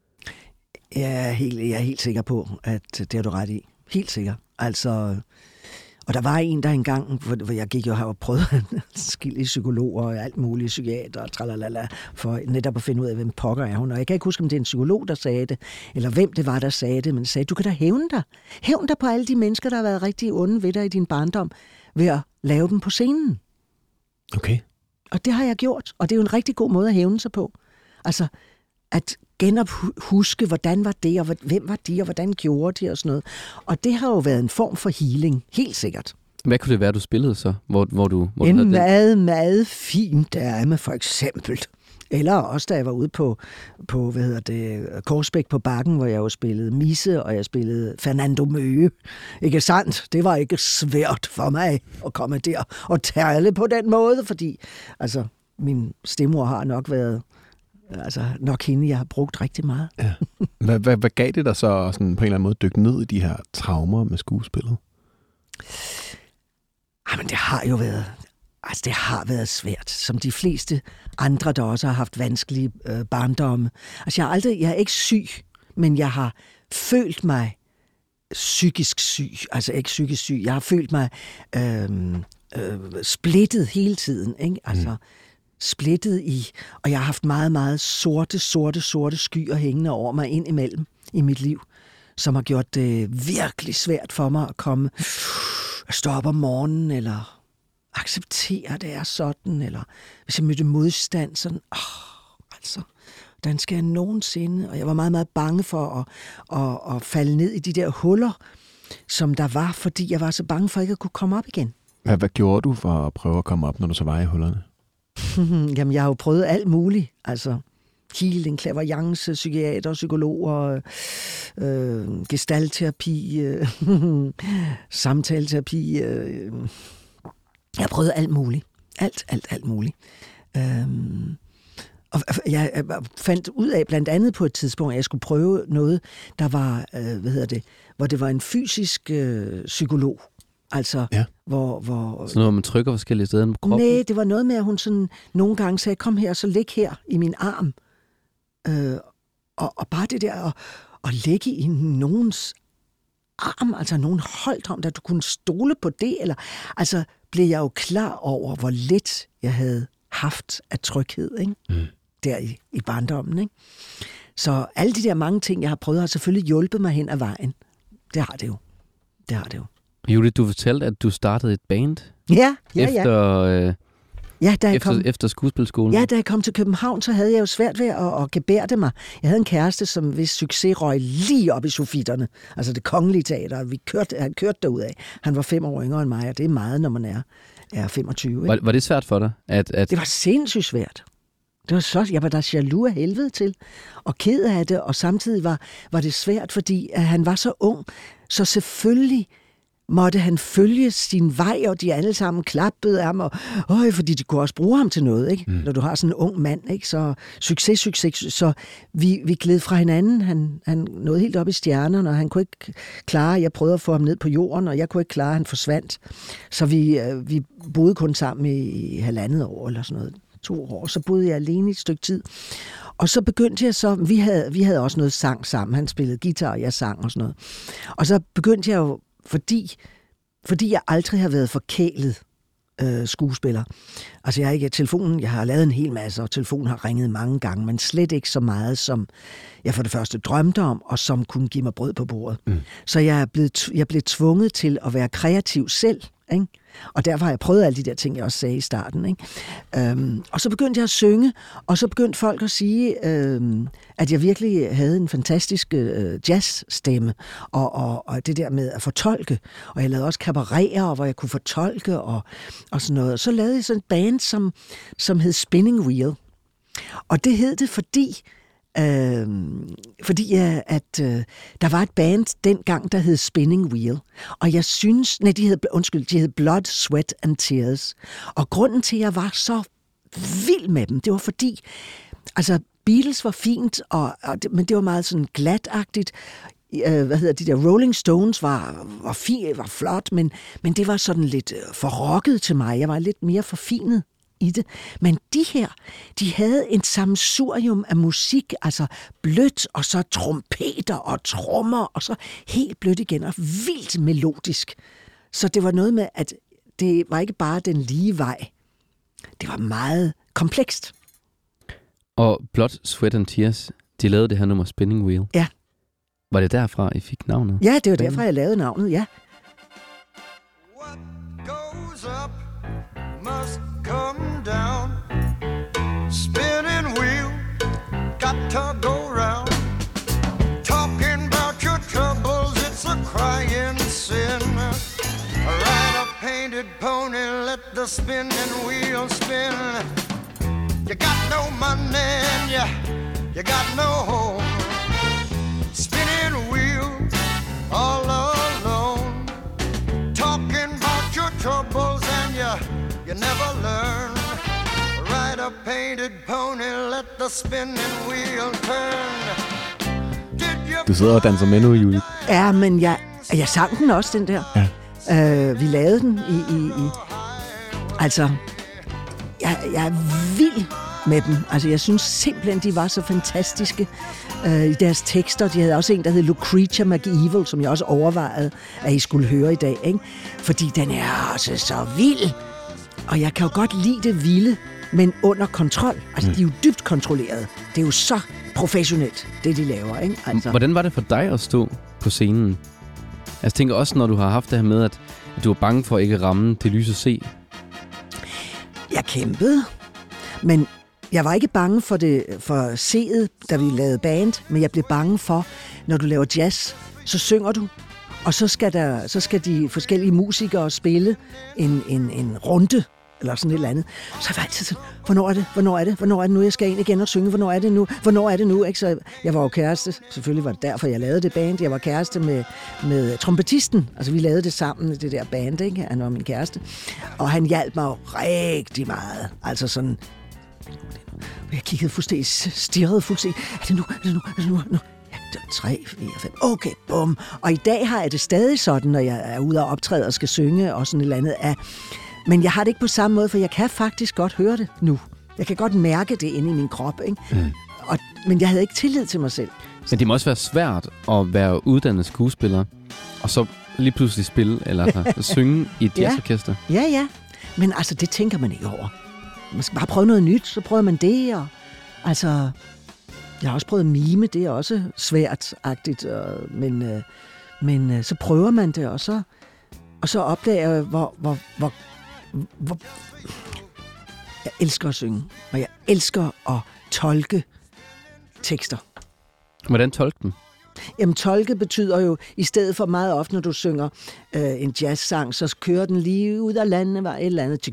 Jeg er helt sikker på, at det har du ret i. Helt sikker. Altså, og der var en, der engang, hvor jeg gik jo her og prøvede skille psykologer og alt muligt, psykiater og tralalala, for netop at finde ud af, hvem pokker er hun. Og jeg kan ikke huske, om det er en psykolog, der sagde det, eller hvem det var, der sagde det, men sagde, du kan da hævne dig. Hævn dig på alle de mennesker, der har været rigtig onde ved dig i din barndom, ved at lave dem på scenen. Okay. Og det har jeg gjort, og det er jo en rigtig god måde at hævne sig på. Altså, at genophuske, hvordan var det, og hvem var de, og hvordan gjorde de, og sådan noget. Og det har jo været en form for healing, helt sikkert. Hvad kunne det være, du spillede så? Hvor du en meget fin dame, for eksempel. Eller også, da jeg var ude på Korsbæk på Bakken, hvor jeg jo spillede Misse, og jeg spillede Fernando Møge. Ikke sandt? Det var ikke svært for mig at komme der og tale på den måde, fordi altså, min stemor har nok været nok hende, jeg har brugt rigtig meget. Ja. Hvad gav det dig så sådan, på en eller anden måde dykke ned i de her traumer med skuespillet? Jamen, det har været svært. Som de fleste andre, der også har haft vanskelige barndomme. Altså, jeg er ikke syg, men jeg har følt mig psykisk syg. Altså, ikke psykisk syg. Jeg har følt mig splittet hele tiden, ikke? Altså, splittet i, og jeg har haft meget, meget sorte skyer hængende over mig ind imellem i mit liv, som har gjort det virkelig svært for mig at stå op om morgenen, eller acceptere, at det er sådan, eller hvis jeg mødte modstand, sådan, hvordan skal jeg nogensinde? Og jeg var meget, meget bange for at falde ned i de der huller, som der var, fordi jeg var så bange for ikke at kunne komme op igen. Hvad gjorde du for at prøve at komme op, når du så var i hullerne? Jamen, jeg har jo prøvet alt muligt. Altså, healing, clairvoyance, psykiater, psykologer, gestaltterapi, samtaleterapi. Jeg har prøvet alt muligt. Alt muligt. Og jeg fandt ud af, blandt andet på et tidspunkt, at jeg skulle prøve noget, der var, hvor det var en fysisk psykolog. Altså, ja. Hvor så noget, man trykker forskellige steder på kroppen? Nej, det var noget med, at hun sådan nogle gange sagde, kom her, så lig her i min arm. Og bare det der at ligge i nogens arm, altså nogen holdt om, at du kunne stole på det, eller altså blev jeg jo klar over, hvor lidt jeg havde haft af tryghed, ikke? Der i barndommen, ikke? Så alle de der mange ting, jeg har prøvet, har selvfølgelig hjulpet mig hen ad vejen. Det har det jo. Julie, du fortalte, at du startede et band? Ja. Efter skuespilskolen? Ja, da jeg kom til København, så havde jeg jo svært ved at gebærde mig. Jeg havde en kæreste, som hvis succes røg lige op i sofitterne. Altså det kongelige teater. Han kørte derudad. Han var 5 år yngre end mig, og det er meget, når man er 25. Var det svært for dig? Det var sindssygt svært. Det var så, jeg var der jaloux af helvede til, og ked af det, og samtidig var det svært, fordi at han var så ung, så selvfølgelig måtte han følge sin vej, og de alle sammen klappede ham, fordi de kunne også bruge ham til noget, ikke? Når du har sådan en ung mand, ikke? Så succes. Så vi gled fra hinanden. Han nåede helt op i stjernerne, og han kunne ikke klare, jeg prøvede at få ham ned på jorden, og jeg kunne ikke klare, han forsvandt. Så vi boede kun sammen i 1,5 år, eller sådan noget, 2 år. Så boede jeg alene i et stykke tid. Og så begyndte jeg så, vi havde også noget sang sammen. Han spillede guitar, og jeg sang og sådan noget. Og så begyndte jeg jo, fordi jeg aldrig har været forkælet, skuespiller. Altså jeg har lavet en hel masse, og telefonen har ringet mange gange, men slet ikke så meget, som jeg for det første drømte om, og som kunne give mig brød på bordet. Så jeg blev tvunget til at være kreativ selv, ikke? Og derfor har jeg prøvet alle de der ting, jeg også sagde i starten, ikke? Og så begyndte jeg at synge, og så begyndte folk at sige, at jeg virkelig havde en fantastisk jazzstemme, og det der med at fortolke. Og jeg lavede også cabareter, hvor jeg kunne fortolke og sådan noget. Så lavede jeg sådan et band, som hed Spinning Wheel. Og det hed det, fordi der var et band dengang, der hed Spinning Wheel. Og jeg synes, de hed Blood, Sweat and Tears. Og grunden til, at jeg var så vild med dem, det var fordi, altså Beatles var fint, men det var meget sådan glatagtigt. De der Rolling Stones var flot, men det var sådan lidt for rocket til mig. Jeg var lidt mere forfinet i det. Men de her, de havde en sammensurium af musik, altså blødt, og så trompeter og trommer, og så helt blødt igen, og vildt melodisk. Så det var noget med, at det var ikke bare den lige vej. Det var meget komplekst. Og Blood, Sweat and Tears, de lavede det her nummer Spinning Wheel. Ja. Var det derfra, I fik navnet? Ja, det var derfra, jeg lavede navnet, ja. What goes up must come down. Spinning wheel, got to go round. Talking about your troubles, it's a crying sin. Ride a painted pony, let the spinning wheel spin. You got no money and you got no home. Spinning wheel, all alone. Talking about your troubles and you never learn. Ride a painted pony, let the spinning wheel turn. Du sidder og danser med nu, Julie. Ja, men jeg sang den også, den der. Ja. Vi lavede den i altså, jeg er vild med dem. Altså, jeg synes simpelthen, de var så fantastiske i deres tekster. De havde også en, der hed Lucretia McEvil, som jeg også overvejede, at I skulle høre i dag, ikke? Fordi den er også så vild. Og jeg kan jo godt lide det vilde, men under kontrol. Altså, de er jo dybt kontrolleret. Det er jo så professionelt, det de laver, ikke? Altså. Hvordan var det for dig at stå på scenen? Jeg tænker også, når du har haft det her med, at du var bange for at ikke ramme det lyse C. Jeg kæmpede, men jeg var ikke bange for C'et, da vi lavede band, men jeg blev bange for, når du laver jazz, så synger du, og så skal de forskellige musikere spille en runde, eller sådan et eller andet. Så jeg var altid sådan, hvornår er det nu, jeg skal ind igen og synge, hvornår er det nu, ikke? Så jeg var jo kæreste, selvfølgelig var det derfor, jeg lavede det band, jeg var kæreste med trompetisten, altså vi lavede det sammen, det der band, ikke? Han var min kæreste, og han hjalp mig jo rigtig meget, altså sådan, jeg kiggede fuldstændig, stirrede fuldstændig, er det nu? Ja, 3, 4, 5, okay, bum. Og i dag har jeg det stadig sådan, når jeg er ude og optræde og skal synge og sådan et eller andet af. Men jeg har det ikke på samme måde, for jeg kan faktisk godt høre det nu. Jeg kan godt mærke det inde i min krop, ikke? Men jeg havde ikke tillid til mig selv. Men det må også være svært at være uddannet skuespiller, og så lige pludselig spille eller synge i et jazzorkester. Ja. Men altså, det tænker man ikke over. Man skal bare prøve noget nyt, så prøver man det, og altså... Jeg har også prøvet mime, det er også svært-agtigt, men så prøver man det, og så opdager jeg, hvor jeg elsker at synge, og jeg elsker at tolke tekster. Hvordan tolke dem? Jamen, tolke betyder jo, i stedet for meget ofte, når du synger en jazzsang, så kører den lige ud af landet, var et eller andet,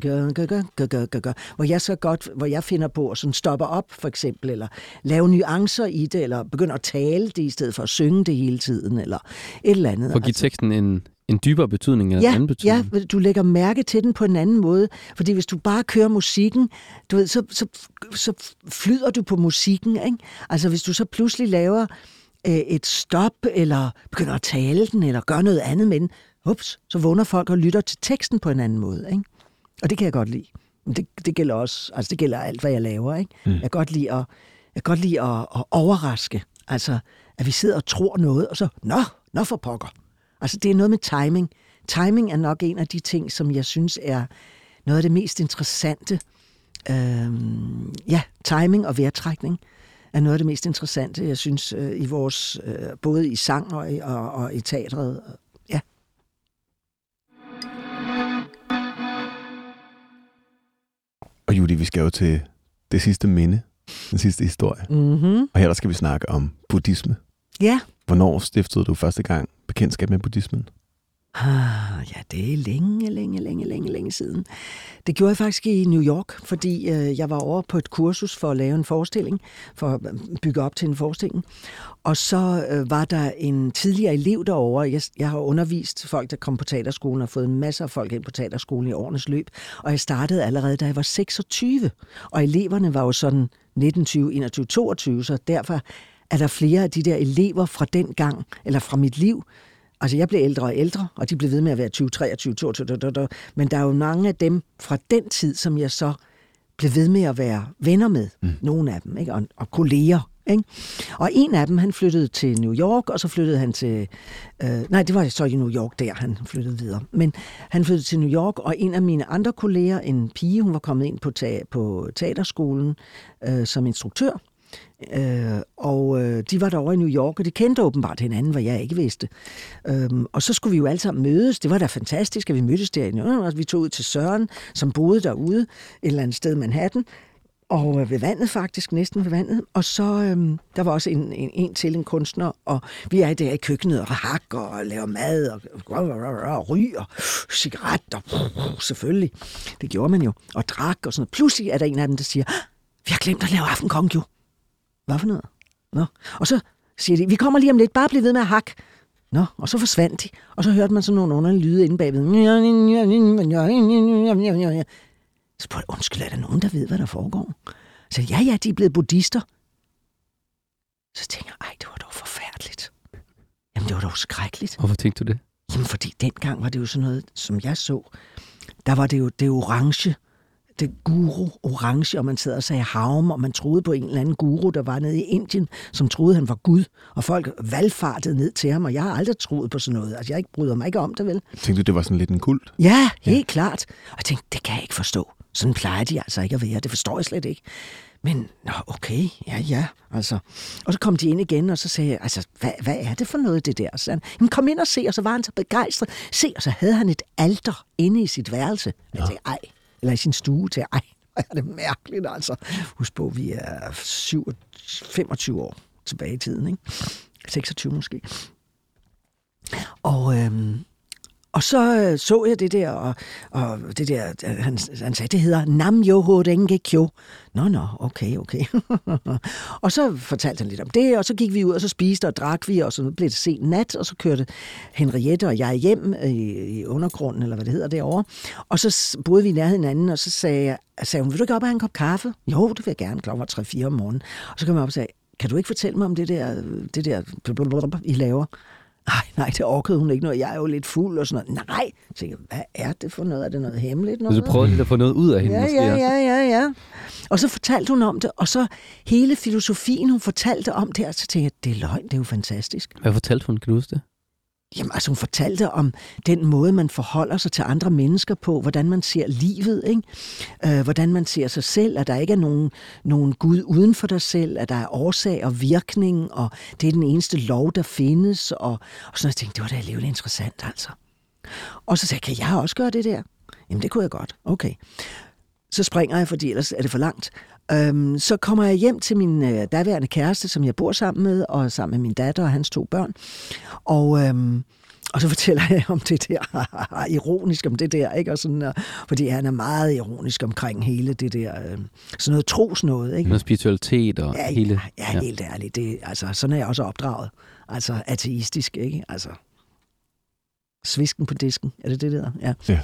hvor jeg finder på at sådan stoppe op, for eksempel, eller lave nuancer i det, eller begynde at tale det, i stedet for at synge det hele tiden, eller et eller andet. For at give teksten en dybere betydning, eller en anden betydning? Ja, du lægger mærke til den på en anden måde, fordi hvis du bare kører musikken, du ved, så flyder du på musikken, ikke? Altså, hvis du så pludselig laver et stop, eller begynder at tale den, eller gør noget andet med den, så vågner folk og lytter til teksten på en anden måde, ikke? Og det kan jeg godt lide. Men det gælder også, altså det gælder alt, hvad jeg laver, ikke? Jeg kan godt lide at overraske, altså at vi sidder og tror noget, og så, nå for pokker. Altså det er noget med timing. Timing er nok en af de ting, som jeg synes er noget af det mest interessante. Timing og vejrtrækning er noget af det mest interessante, jeg synes, i vores, både i sang og i teatret. Ja. Og Judy, vi skal jo til det sidste minde, den sidste historie. Mm-hmm. Og her der skal vi snakke om buddhisme. Ja. Hvornår stiftede du første gang bekendtskab med buddhismen? Ja, det er længe siden. Det gjorde jeg faktisk i New York, fordi jeg var over på et kursus for at lave en forestilling, for at bygge op til en forestilling. Og så var der en tidligere elev derovre. Jeg har undervist folk, der kom på teaterskolen, og fået masser af folk ind på teaterskolen i årenes løb. Og jeg startede allerede, da jeg var 26. Og eleverne var jo sådan 19, 20, 21, 22, så derfor er der flere af de der elever fra den gang, eller fra mit liv. Altså, jeg blev ældre og ældre, og de blev ved med at være 20, 23, 22, men der er jo mange af dem fra den tid, som jeg så blev ved med at være venner med. Nogle af dem, ikke? Og kolleger. Ikke? Og en af dem, han flyttede til New York, og så flyttede han til... det var så i New York, der han flyttede videre. Men han flyttede til New York, og en af mine andre kolleger, en pige, hun var kommet ind på teaterskolen som instruktør. Og de var derovre i New York, og de kendte åbenbart hinanden, hvad jeg ikke vidste. Og så skulle vi jo alle sammen mødes. Det var da fantastisk, at vi mødtes derinde. Vi tog ud til Søren, som boede derude, et eller andet sted i Manhattan, og ved vandet faktisk, næsten ved vandet. Og så, der var også en kunstner, og vi er der i køkkenet og hakker og laver mad og ryger, cigaretter, selvfølgelig. Det gjorde man jo, og drak og sådan noget. Pludselig er der en af dem, der siger, vi har glemt at lave aftenkong jo. Hvad for noget? Nå. Og så siger de, vi kommer lige om lidt, bare bliv ved med at hakke. Nå, og så forsvandt de. Og så hørte man sådan nogle underlige lyde inde bagved. Så spurgte jeg, undskyld, er der nogen, der ved, hvad der foregår? Så ja, de er blevet buddhister. Så tænkte jeg, det var dog forfærdeligt. Jamen, det var dog skrækkeligt. Hvorfor tænkte du det? Jamen, fordi dengang var det jo sådan noget, som jeg så. Der var det jo det orange. Det guru orange, og man sad og sagde havm, og man troede på en eller anden guru, der var nede i Indien, som troede, han var Gud, og folk valgfartede ned til ham, og jeg har aldrig troet på sådan noget. Altså, jeg bryder mig ikke om det, vel? Tænkte du, det var sådan lidt en kult? Ja, helt klart. Og jeg tænkte, det kan jeg ikke forstå. Sådan plejer de altså ikke at være. Det forstår jeg slet ikke. Men, okay, ja, altså. Og så kom de ind igen, og så sagde jeg, altså, hvad er det for noget, det der? Så han, jamen, kom ind og se, og så var han så begejstret. Se, og så havde han et alter inde i sit værelse. Og jeg tænkte, eller i sin stue til, hvor er det mærkeligt, altså. Husk på, vi er 25 år tilbage i tiden, ikke? 26 måske. Og så jeg det der, og det der, han sagde, det hedder Nam Myoho Renge Kyo. Nå, okay. Og så fortalte han lidt om det, og så gik vi ud, og så spiste og drak vi, og så blev det sent nat, og så kørte Henriette og jeg hjem i undergrunden, eller hvad det hedder derovre. Og så boede vi i nærheden hinanden, og så sagde hun, vil du ikke op og have en kop kaffe? Jo, det vil jeg gerne, klokken var 3-4 om morgenen. Og så kom jeg op og sagde, kan du ikke fortælle mig om det der I laver? Nej, det orkede hun ikke noget. Jeg er jo lidt fuld og sådan noget. Nej, jeg tænkte, hvad er det for noget? Er det noget hemmeligt? Noget? Så prøvede lidt at få noget ud af hende måske? Ja. Og så fortalte hun om det, og så hele filosofien, hun fortalte om det, og så tænkte jeg, det er løgn, det er jo fantastisk. Hvad fortalte hun? Kan du huske det? Jamen, altså hun fortalte om den måde, man forholder sig til andre mennesker på, hvordan man ser livet, ikke? Hvordan man ser sig selv, at der ikke er nogen Gud uden for dig selv, at der er årsag og virkning, og det er den eneste lov, der findes, og sådan jeg tænkte, det var da alligevel interessant, altså. Og så sagde jeg, kan jeg også gøre det der? Jamen, det kunne jeg godt. Okay. Så springer jeg, fordi ellers er det for langt. Så kommer jeg hjem til min daværende kæreste, som jeg bor sammen med, og sammen med min datter og hans 2 børn. Og så fortæller jeg om det der, ironisk om det der, ikke? Og sådan, fordi han er meget ironisk omkring hele det der, sådan noget tros noget, ikke? Noget spiritualitet og hele... Ja, helt ærligt. Det, altså, sådan er jeg også opdraget. Altså ateistisk, ikke? Altså, svisken på disken, er det der? Ja.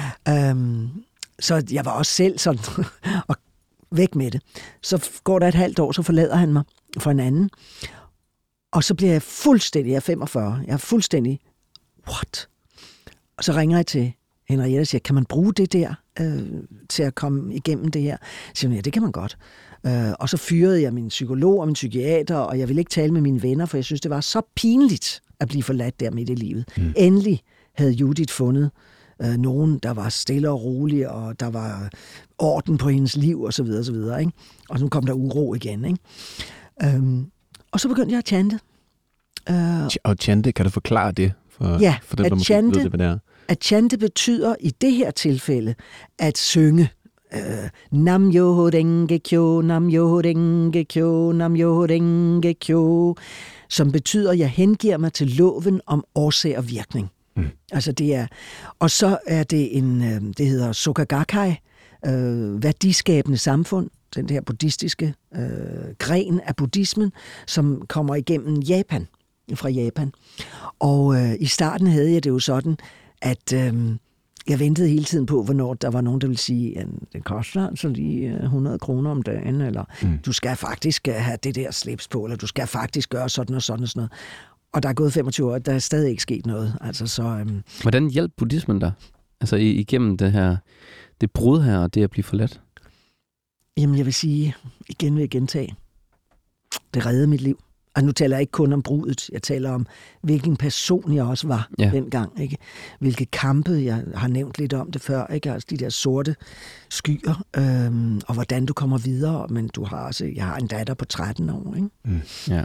Så jeg var også selv sådan, og væk med det. Så går der et halvt år, så forlader han mig for en anden. Og så bliver jeg fuldstændig, jeg er 45, jeg er fuldstændig, what? Og så ringer jeg til Henriette og siger, kan man bruge det der til at komme igennem det her? Så siger hun, ja, det kan man godt. Og så fyrede jeg min psykolog og min psykiater, og jeg ville ikke tale med mine venner, for jeg synes, det var så pinligt at blive forladt der midt i livet. Endelig havde Judith fundet nogen, der var stille og rolig, og der var orden på hendes liv, og så videre, så videre, ikke? Og så kom der uro igen, ikke? Og så begyndte jeg at chante. Og chante, kan du forklare det? For dem, der måske ved det, hvad det er. At chante betyder i det her tilfælde at synge. Nam yo denge kyo, nam yo denge kyo, nam yo denge kyo, som betyder, at jeg hengiver mig til loven om årsag og virkning. Altså det er, og så er det det hedder Soka Gakkai, værdiskabende samfund, den der buddhistiske gren af buddhismen, som kommer igennem fra Japan. Og i starten havde jeg det jo sådan, at jeg ventede hele tiden på, hvornår der var nogen, der ville sige, at det koster altså lige 100 kroner om dagen, eller du skal faktisk have det der slips på, eller du skal faktisk gøre sådan og sådan og sådan noget. Og der er gået 25 år, der er stadig ikke sket noget. Altså, så, Hvordan hjælper buddhismen dig? Altså igennem det brud her, og det at blive forladt? Jamen, jeg vil sige, vil jeg gentage, det reddede mit liv. Og nu taler jeg ikke kun om brudet, jeg taler om, hvilken person jeg også var dengang. Ikke? Hvilke kampe, jeg har nævnt lidt om det før, ikke? Altså de der sorte skyer, og hvordan du kommer videre. Men jeg har en datter på 13 år. Ikke?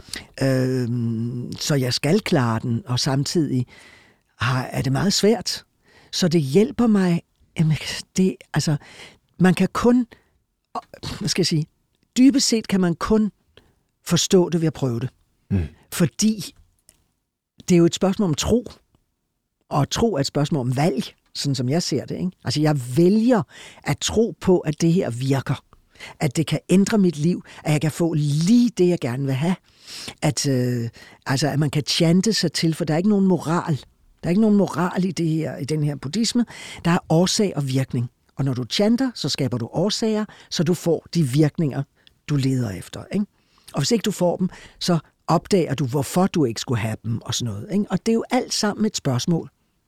Så jeg skal klare den, og samtidig er det meget svært. Så det hjælper mig. Man kan kun, dybest set kan man kun forstå det ved at prøve det. Fordi det er jo et spørgsmål om tro, og tro er et spørgsmål om valg, sådan som jeg ser det. Ikke? Altså jeg vælger at tro på, at det her virker, at det kan ændre mit liv, at jeg kan få lige det, jeg gerne vil have, at man kan chante sig til, for der er ikke nogen moral. Der er ikke nogen moral i den her buddhisme. Der er årsag og virkning. Og når du chanter, så skaber du årsager, så du får de virkninger, du leder efter. Ikke? Og hvis ikke du får dem, så opdager du, hvorfor du ikke skulle have dem og sådan noget. Ikke? Og det er jo alt sammen et spørgsmål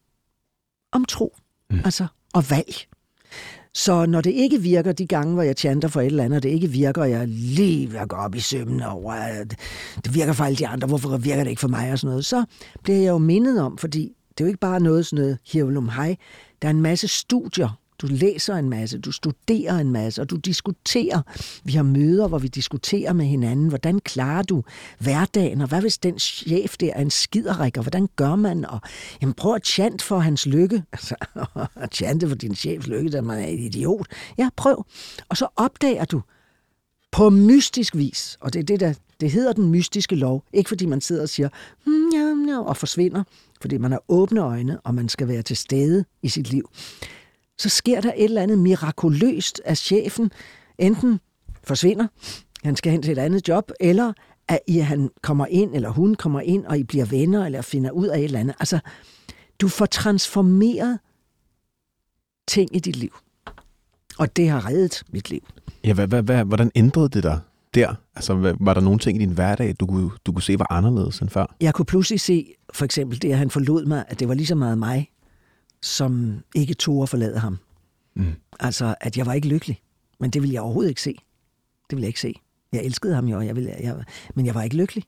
om tro, og valg. Så når det ikke virker de gange, hvor jeg chanter for et eller andet, og det ikke virker, og jeg lige vil gå op i sømmen over, at det virker for alle de andre, hvorfor virker det ikke for mig og sådan noget, så bliver jeg jo mindet om, fordi det er jo ikke bare sådan noget hirvelum hej. Der er en masse studier. Du læser en masse, du studerer en masse, og du diskuterer. Vi har møder, hvor vi diskuterer med hinanden. Hvordan klarer du hverdagen, og hvad hvis den chef der er en skiderik, og hvordan gør man? Og jamen, prøv at chante for hans lykke. Altså, at chante for din chefs lykke, da man er et idiot. Ja, prøv. Og så opdager du på mystisk vis, og det er det hedder den mystiske lov. Ikke fordi man sidder og siger, og forsvinder, fordi man har åbne øjne, og man skal være til stede i sit liv. Så sker der et eller andet mirakuløst, at chefen enten forsvinder, han skal hen til et andet job, eller at han kommer ind, eller hun kommer ind, og I bliver venner, eller finder ud af et eller andet. Altså, du får transformeret ting i dit liv. Og det har reddet mit liv. Ja, hvordan ændrede det dig der? Altså, var der nogle ting i din hverdag, du kunne se var anderledes end før? Jeg kunne pludselig se, for eksempel det, at han forlod mig, at det var lige så meget mig, som ikke tog at forlade ham. Altså, at jeg var ikke lykkelig. Men det ville jeg overhovedet ikke se. Det ville jeg ikke se. Jeg elskede ham jo, men jeg var ikke lykkelig.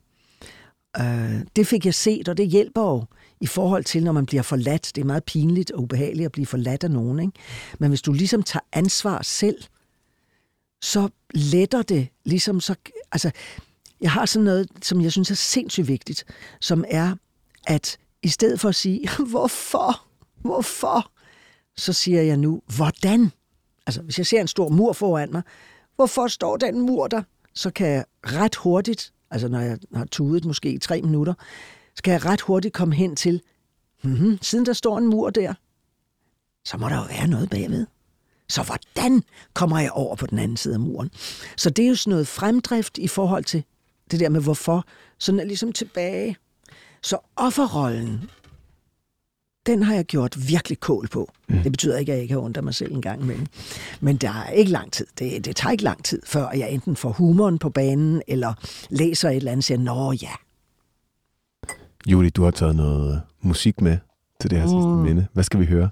Det fik jeg set, og det hjælper jo i forhold til, når man bliver forladt. Det er meget pinligt og ubehageligt at blive forladt af nogen. Ikke? Men hvis du ligesom tager ansvar selv, så letter det ligesom så... Altså, jeg har sådan noget, som jeg synes er sindssygt vigtigt, som er, at i stedet for at sige, hvorfor? Så siger jeg nu, hvordan? Altså, hvis jeg ser en stor mur foran mig, hvorfor står den mur der? Så kan jeg ret hurtigt, altså når jeg har tudet måske i 3 minutter, så kan jeg ret hurtigt komme hen til, siden der står en mur der, så må der jo være noget bagved. Så hvordan kommer jeg over på den anden side af muren? Så det er jo sådan noget fremdrift i forhold til det der med hvorfor. Sådan er ligesom tilbage. Så offerrollen, den har jeg gjort virkelig kål på. Det betyder ikke, at jeg ikke har ondt af mig selv en gang imellem. Men der er ikke lang tid. Det tager ikke lang tid, før jeg enten får humoren på banen, eller læser et eller andet og siger, nå ja. Julie, du har taget noget musik med til det her sidste minde. Hvad skal vi høre?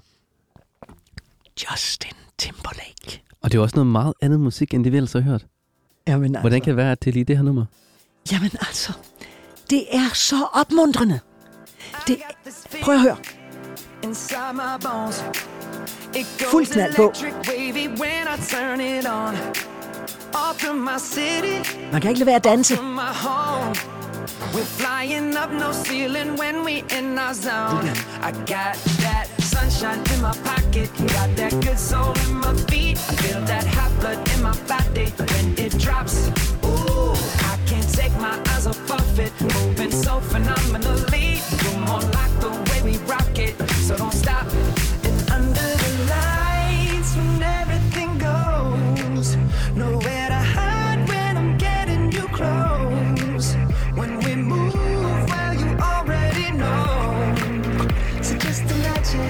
Justin Timberlake. Og det er også noget meget andet musik, end det vi ellers har hørt. Jamen, altså, hvordan kan det være, at det er lige det her nummer? Jamen altså, det er så opmuntrende. Prøv at høre. inside my bones. It Fuld goes knald på. electric wavy when I turn it on. Off from my city, Man kan ikke lade være at danse. from my home. We're flying up no ceiling when we in our zone. I got that sunshine in my pocket, got that good soul in my feet. I feel that hot blood in my body when it drops. Ooh, I can't take my eyes off of it, moving so phenomenally. You're more like the way we rock it, so don't stop. And under the lights when everything goes, nowhere to hide when I'm getting you close. When we move, well, you already know. So just imagine.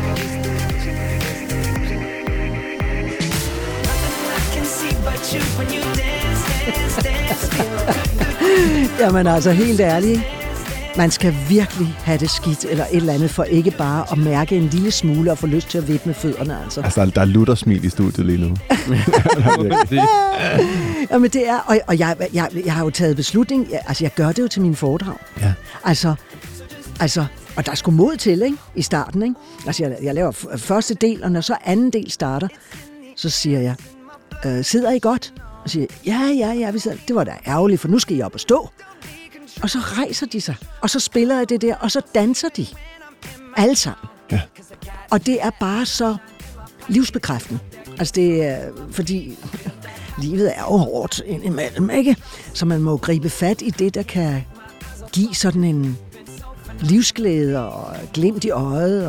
Nothing I can see but you when you dance, dance, dance. Feel good. Jamen altså, helt ærligt. Man skal virkelig have det skidt eller et eller andet, for ikke bare at mærke en lille smule og få lyst til at vippe med fødderne, altså. Altså, der er luttersmil i studiet lige nu. Jamen det er, og jeg har jo taget beslutning, altså jeg gør det jo til mine foredrag. Ja. Altså, og der er sgu mod til, ikke? I starten, ikke? Altså jeg laver første del, og når så anden del starter, så siger jeg, sidder I godt? Og siger, ja, vi sidder. Det var da ærgerligt, for nu skal I op og stå. Og så rejser de sig, og så spiller jeg det der, og så danser de. Alle sammen. Ja. Og det er bare så livsbekræftende. Altså det er, fordi livet er jo hårdt indimellem, ikke? Så man må gribe fat i det, der kan give sådan en livsglæde og glimt i øjet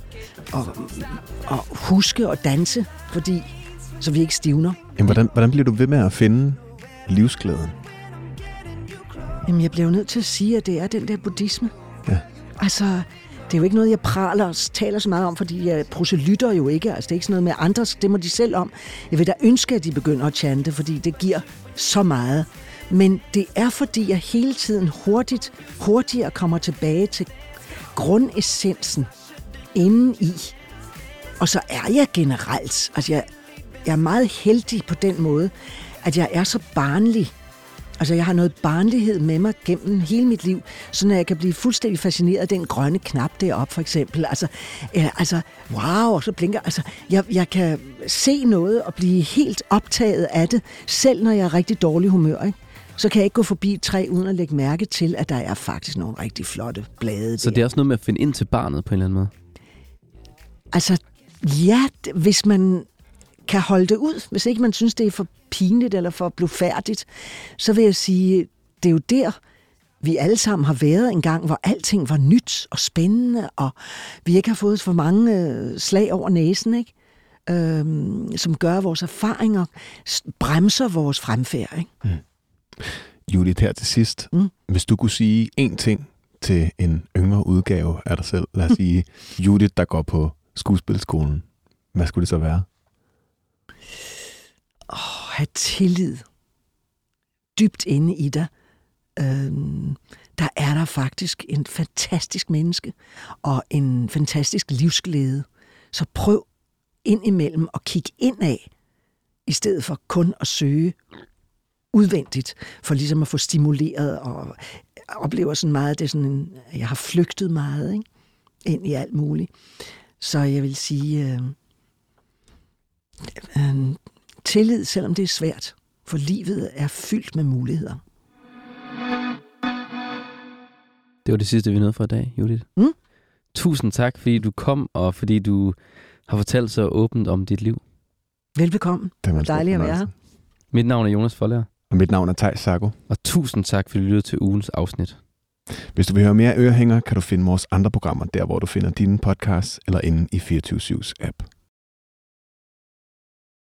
og huske og danse, fordi så vi ikke stivner. Jamen, hvordan bliver du ved med at finde livsglæden? Jamen, jeg bliver jo nødt til at sige, at det er den der buddhisme. Ja. Altså, det er jo ikke noget, jeg praler og taler så meget om, fordi jeg proselytter jo ikke. Altså, det er ikke sådan noget med andre, det må de selv om. Jeg vil da ønske, at de begynder at chante, fordi det giver så meget. Men det er, fordi jeg hele tiden hurtigere kommer tilbage til grundessensen inden i. Og så er jeg generelt, altså jeg er meget heldig på den måde, at jeg er så barnlig. Altså, jeg har noget barnlighed med mig gennem hele mit liv, så jeg kan blive fuldstændig fascineret af den grønne knap deroppe, for eksempel. Altså, wow, og så blinker. Altså, jeg kan se noget og blive helt optaget af det, selv når jeg er rigtig dårlig humør, ikke? Så kan jeg ikke gå forbi et træ, uden at lægge mærke til, at der er faktisk nogle rigtig flotte blade. Så det er også noget med at finde ind til barnet på en eller anden måde? Altså, ja, hvis man kan holde det ud, hvis ikke man synes, det er for pinligt eller for blufærdigt, så vil jeg sige, det er jo der, vi alle sammen har været en gang, hvor alting var nyt og spændende, og vi ikke har fået for mange slag over næsen, ikke? Som gør vores erfaringer, bremser vores fremfærd, ikke? Mm. Judith, her til sidst. Hvis du kunne sige én ting til en yngre udgave af dig selv, lad os sige Judith, der går på skuespilskolen, hvad skulle det så være? Have tillid dybt inde i dig. Der er der faktisk en fantastisk menneske og en fantastisk livsglæde. Så prøv indimellem at kigge indad, i stedet for kun at søge udvendigt, for ligesom at få stimuleret, og oplever sådan meget, det er sådan jeg har flygtet meget, ikke? Ind i alt muligt. Så jeg vil sige tillid, selvom det er svært, for livet er fyldt med muligheder. Det var det sidste, vi nåede for i dag, Judith. Tusind tak, fordi du kom, og fordi du har fortalt så åbent om dit liv. Velbekomme. Det var dejligt at være her. Mit navn er Jonas Foldager. Og mit navn er Theis Sago. Og tusind tak, fordi du lyttede til ugens afsnit. Hvis du vil høre mere Ørehænger, kan du finde vores andre programmer der, hvor du finder dine podcasts, eller inde i 24/7's app.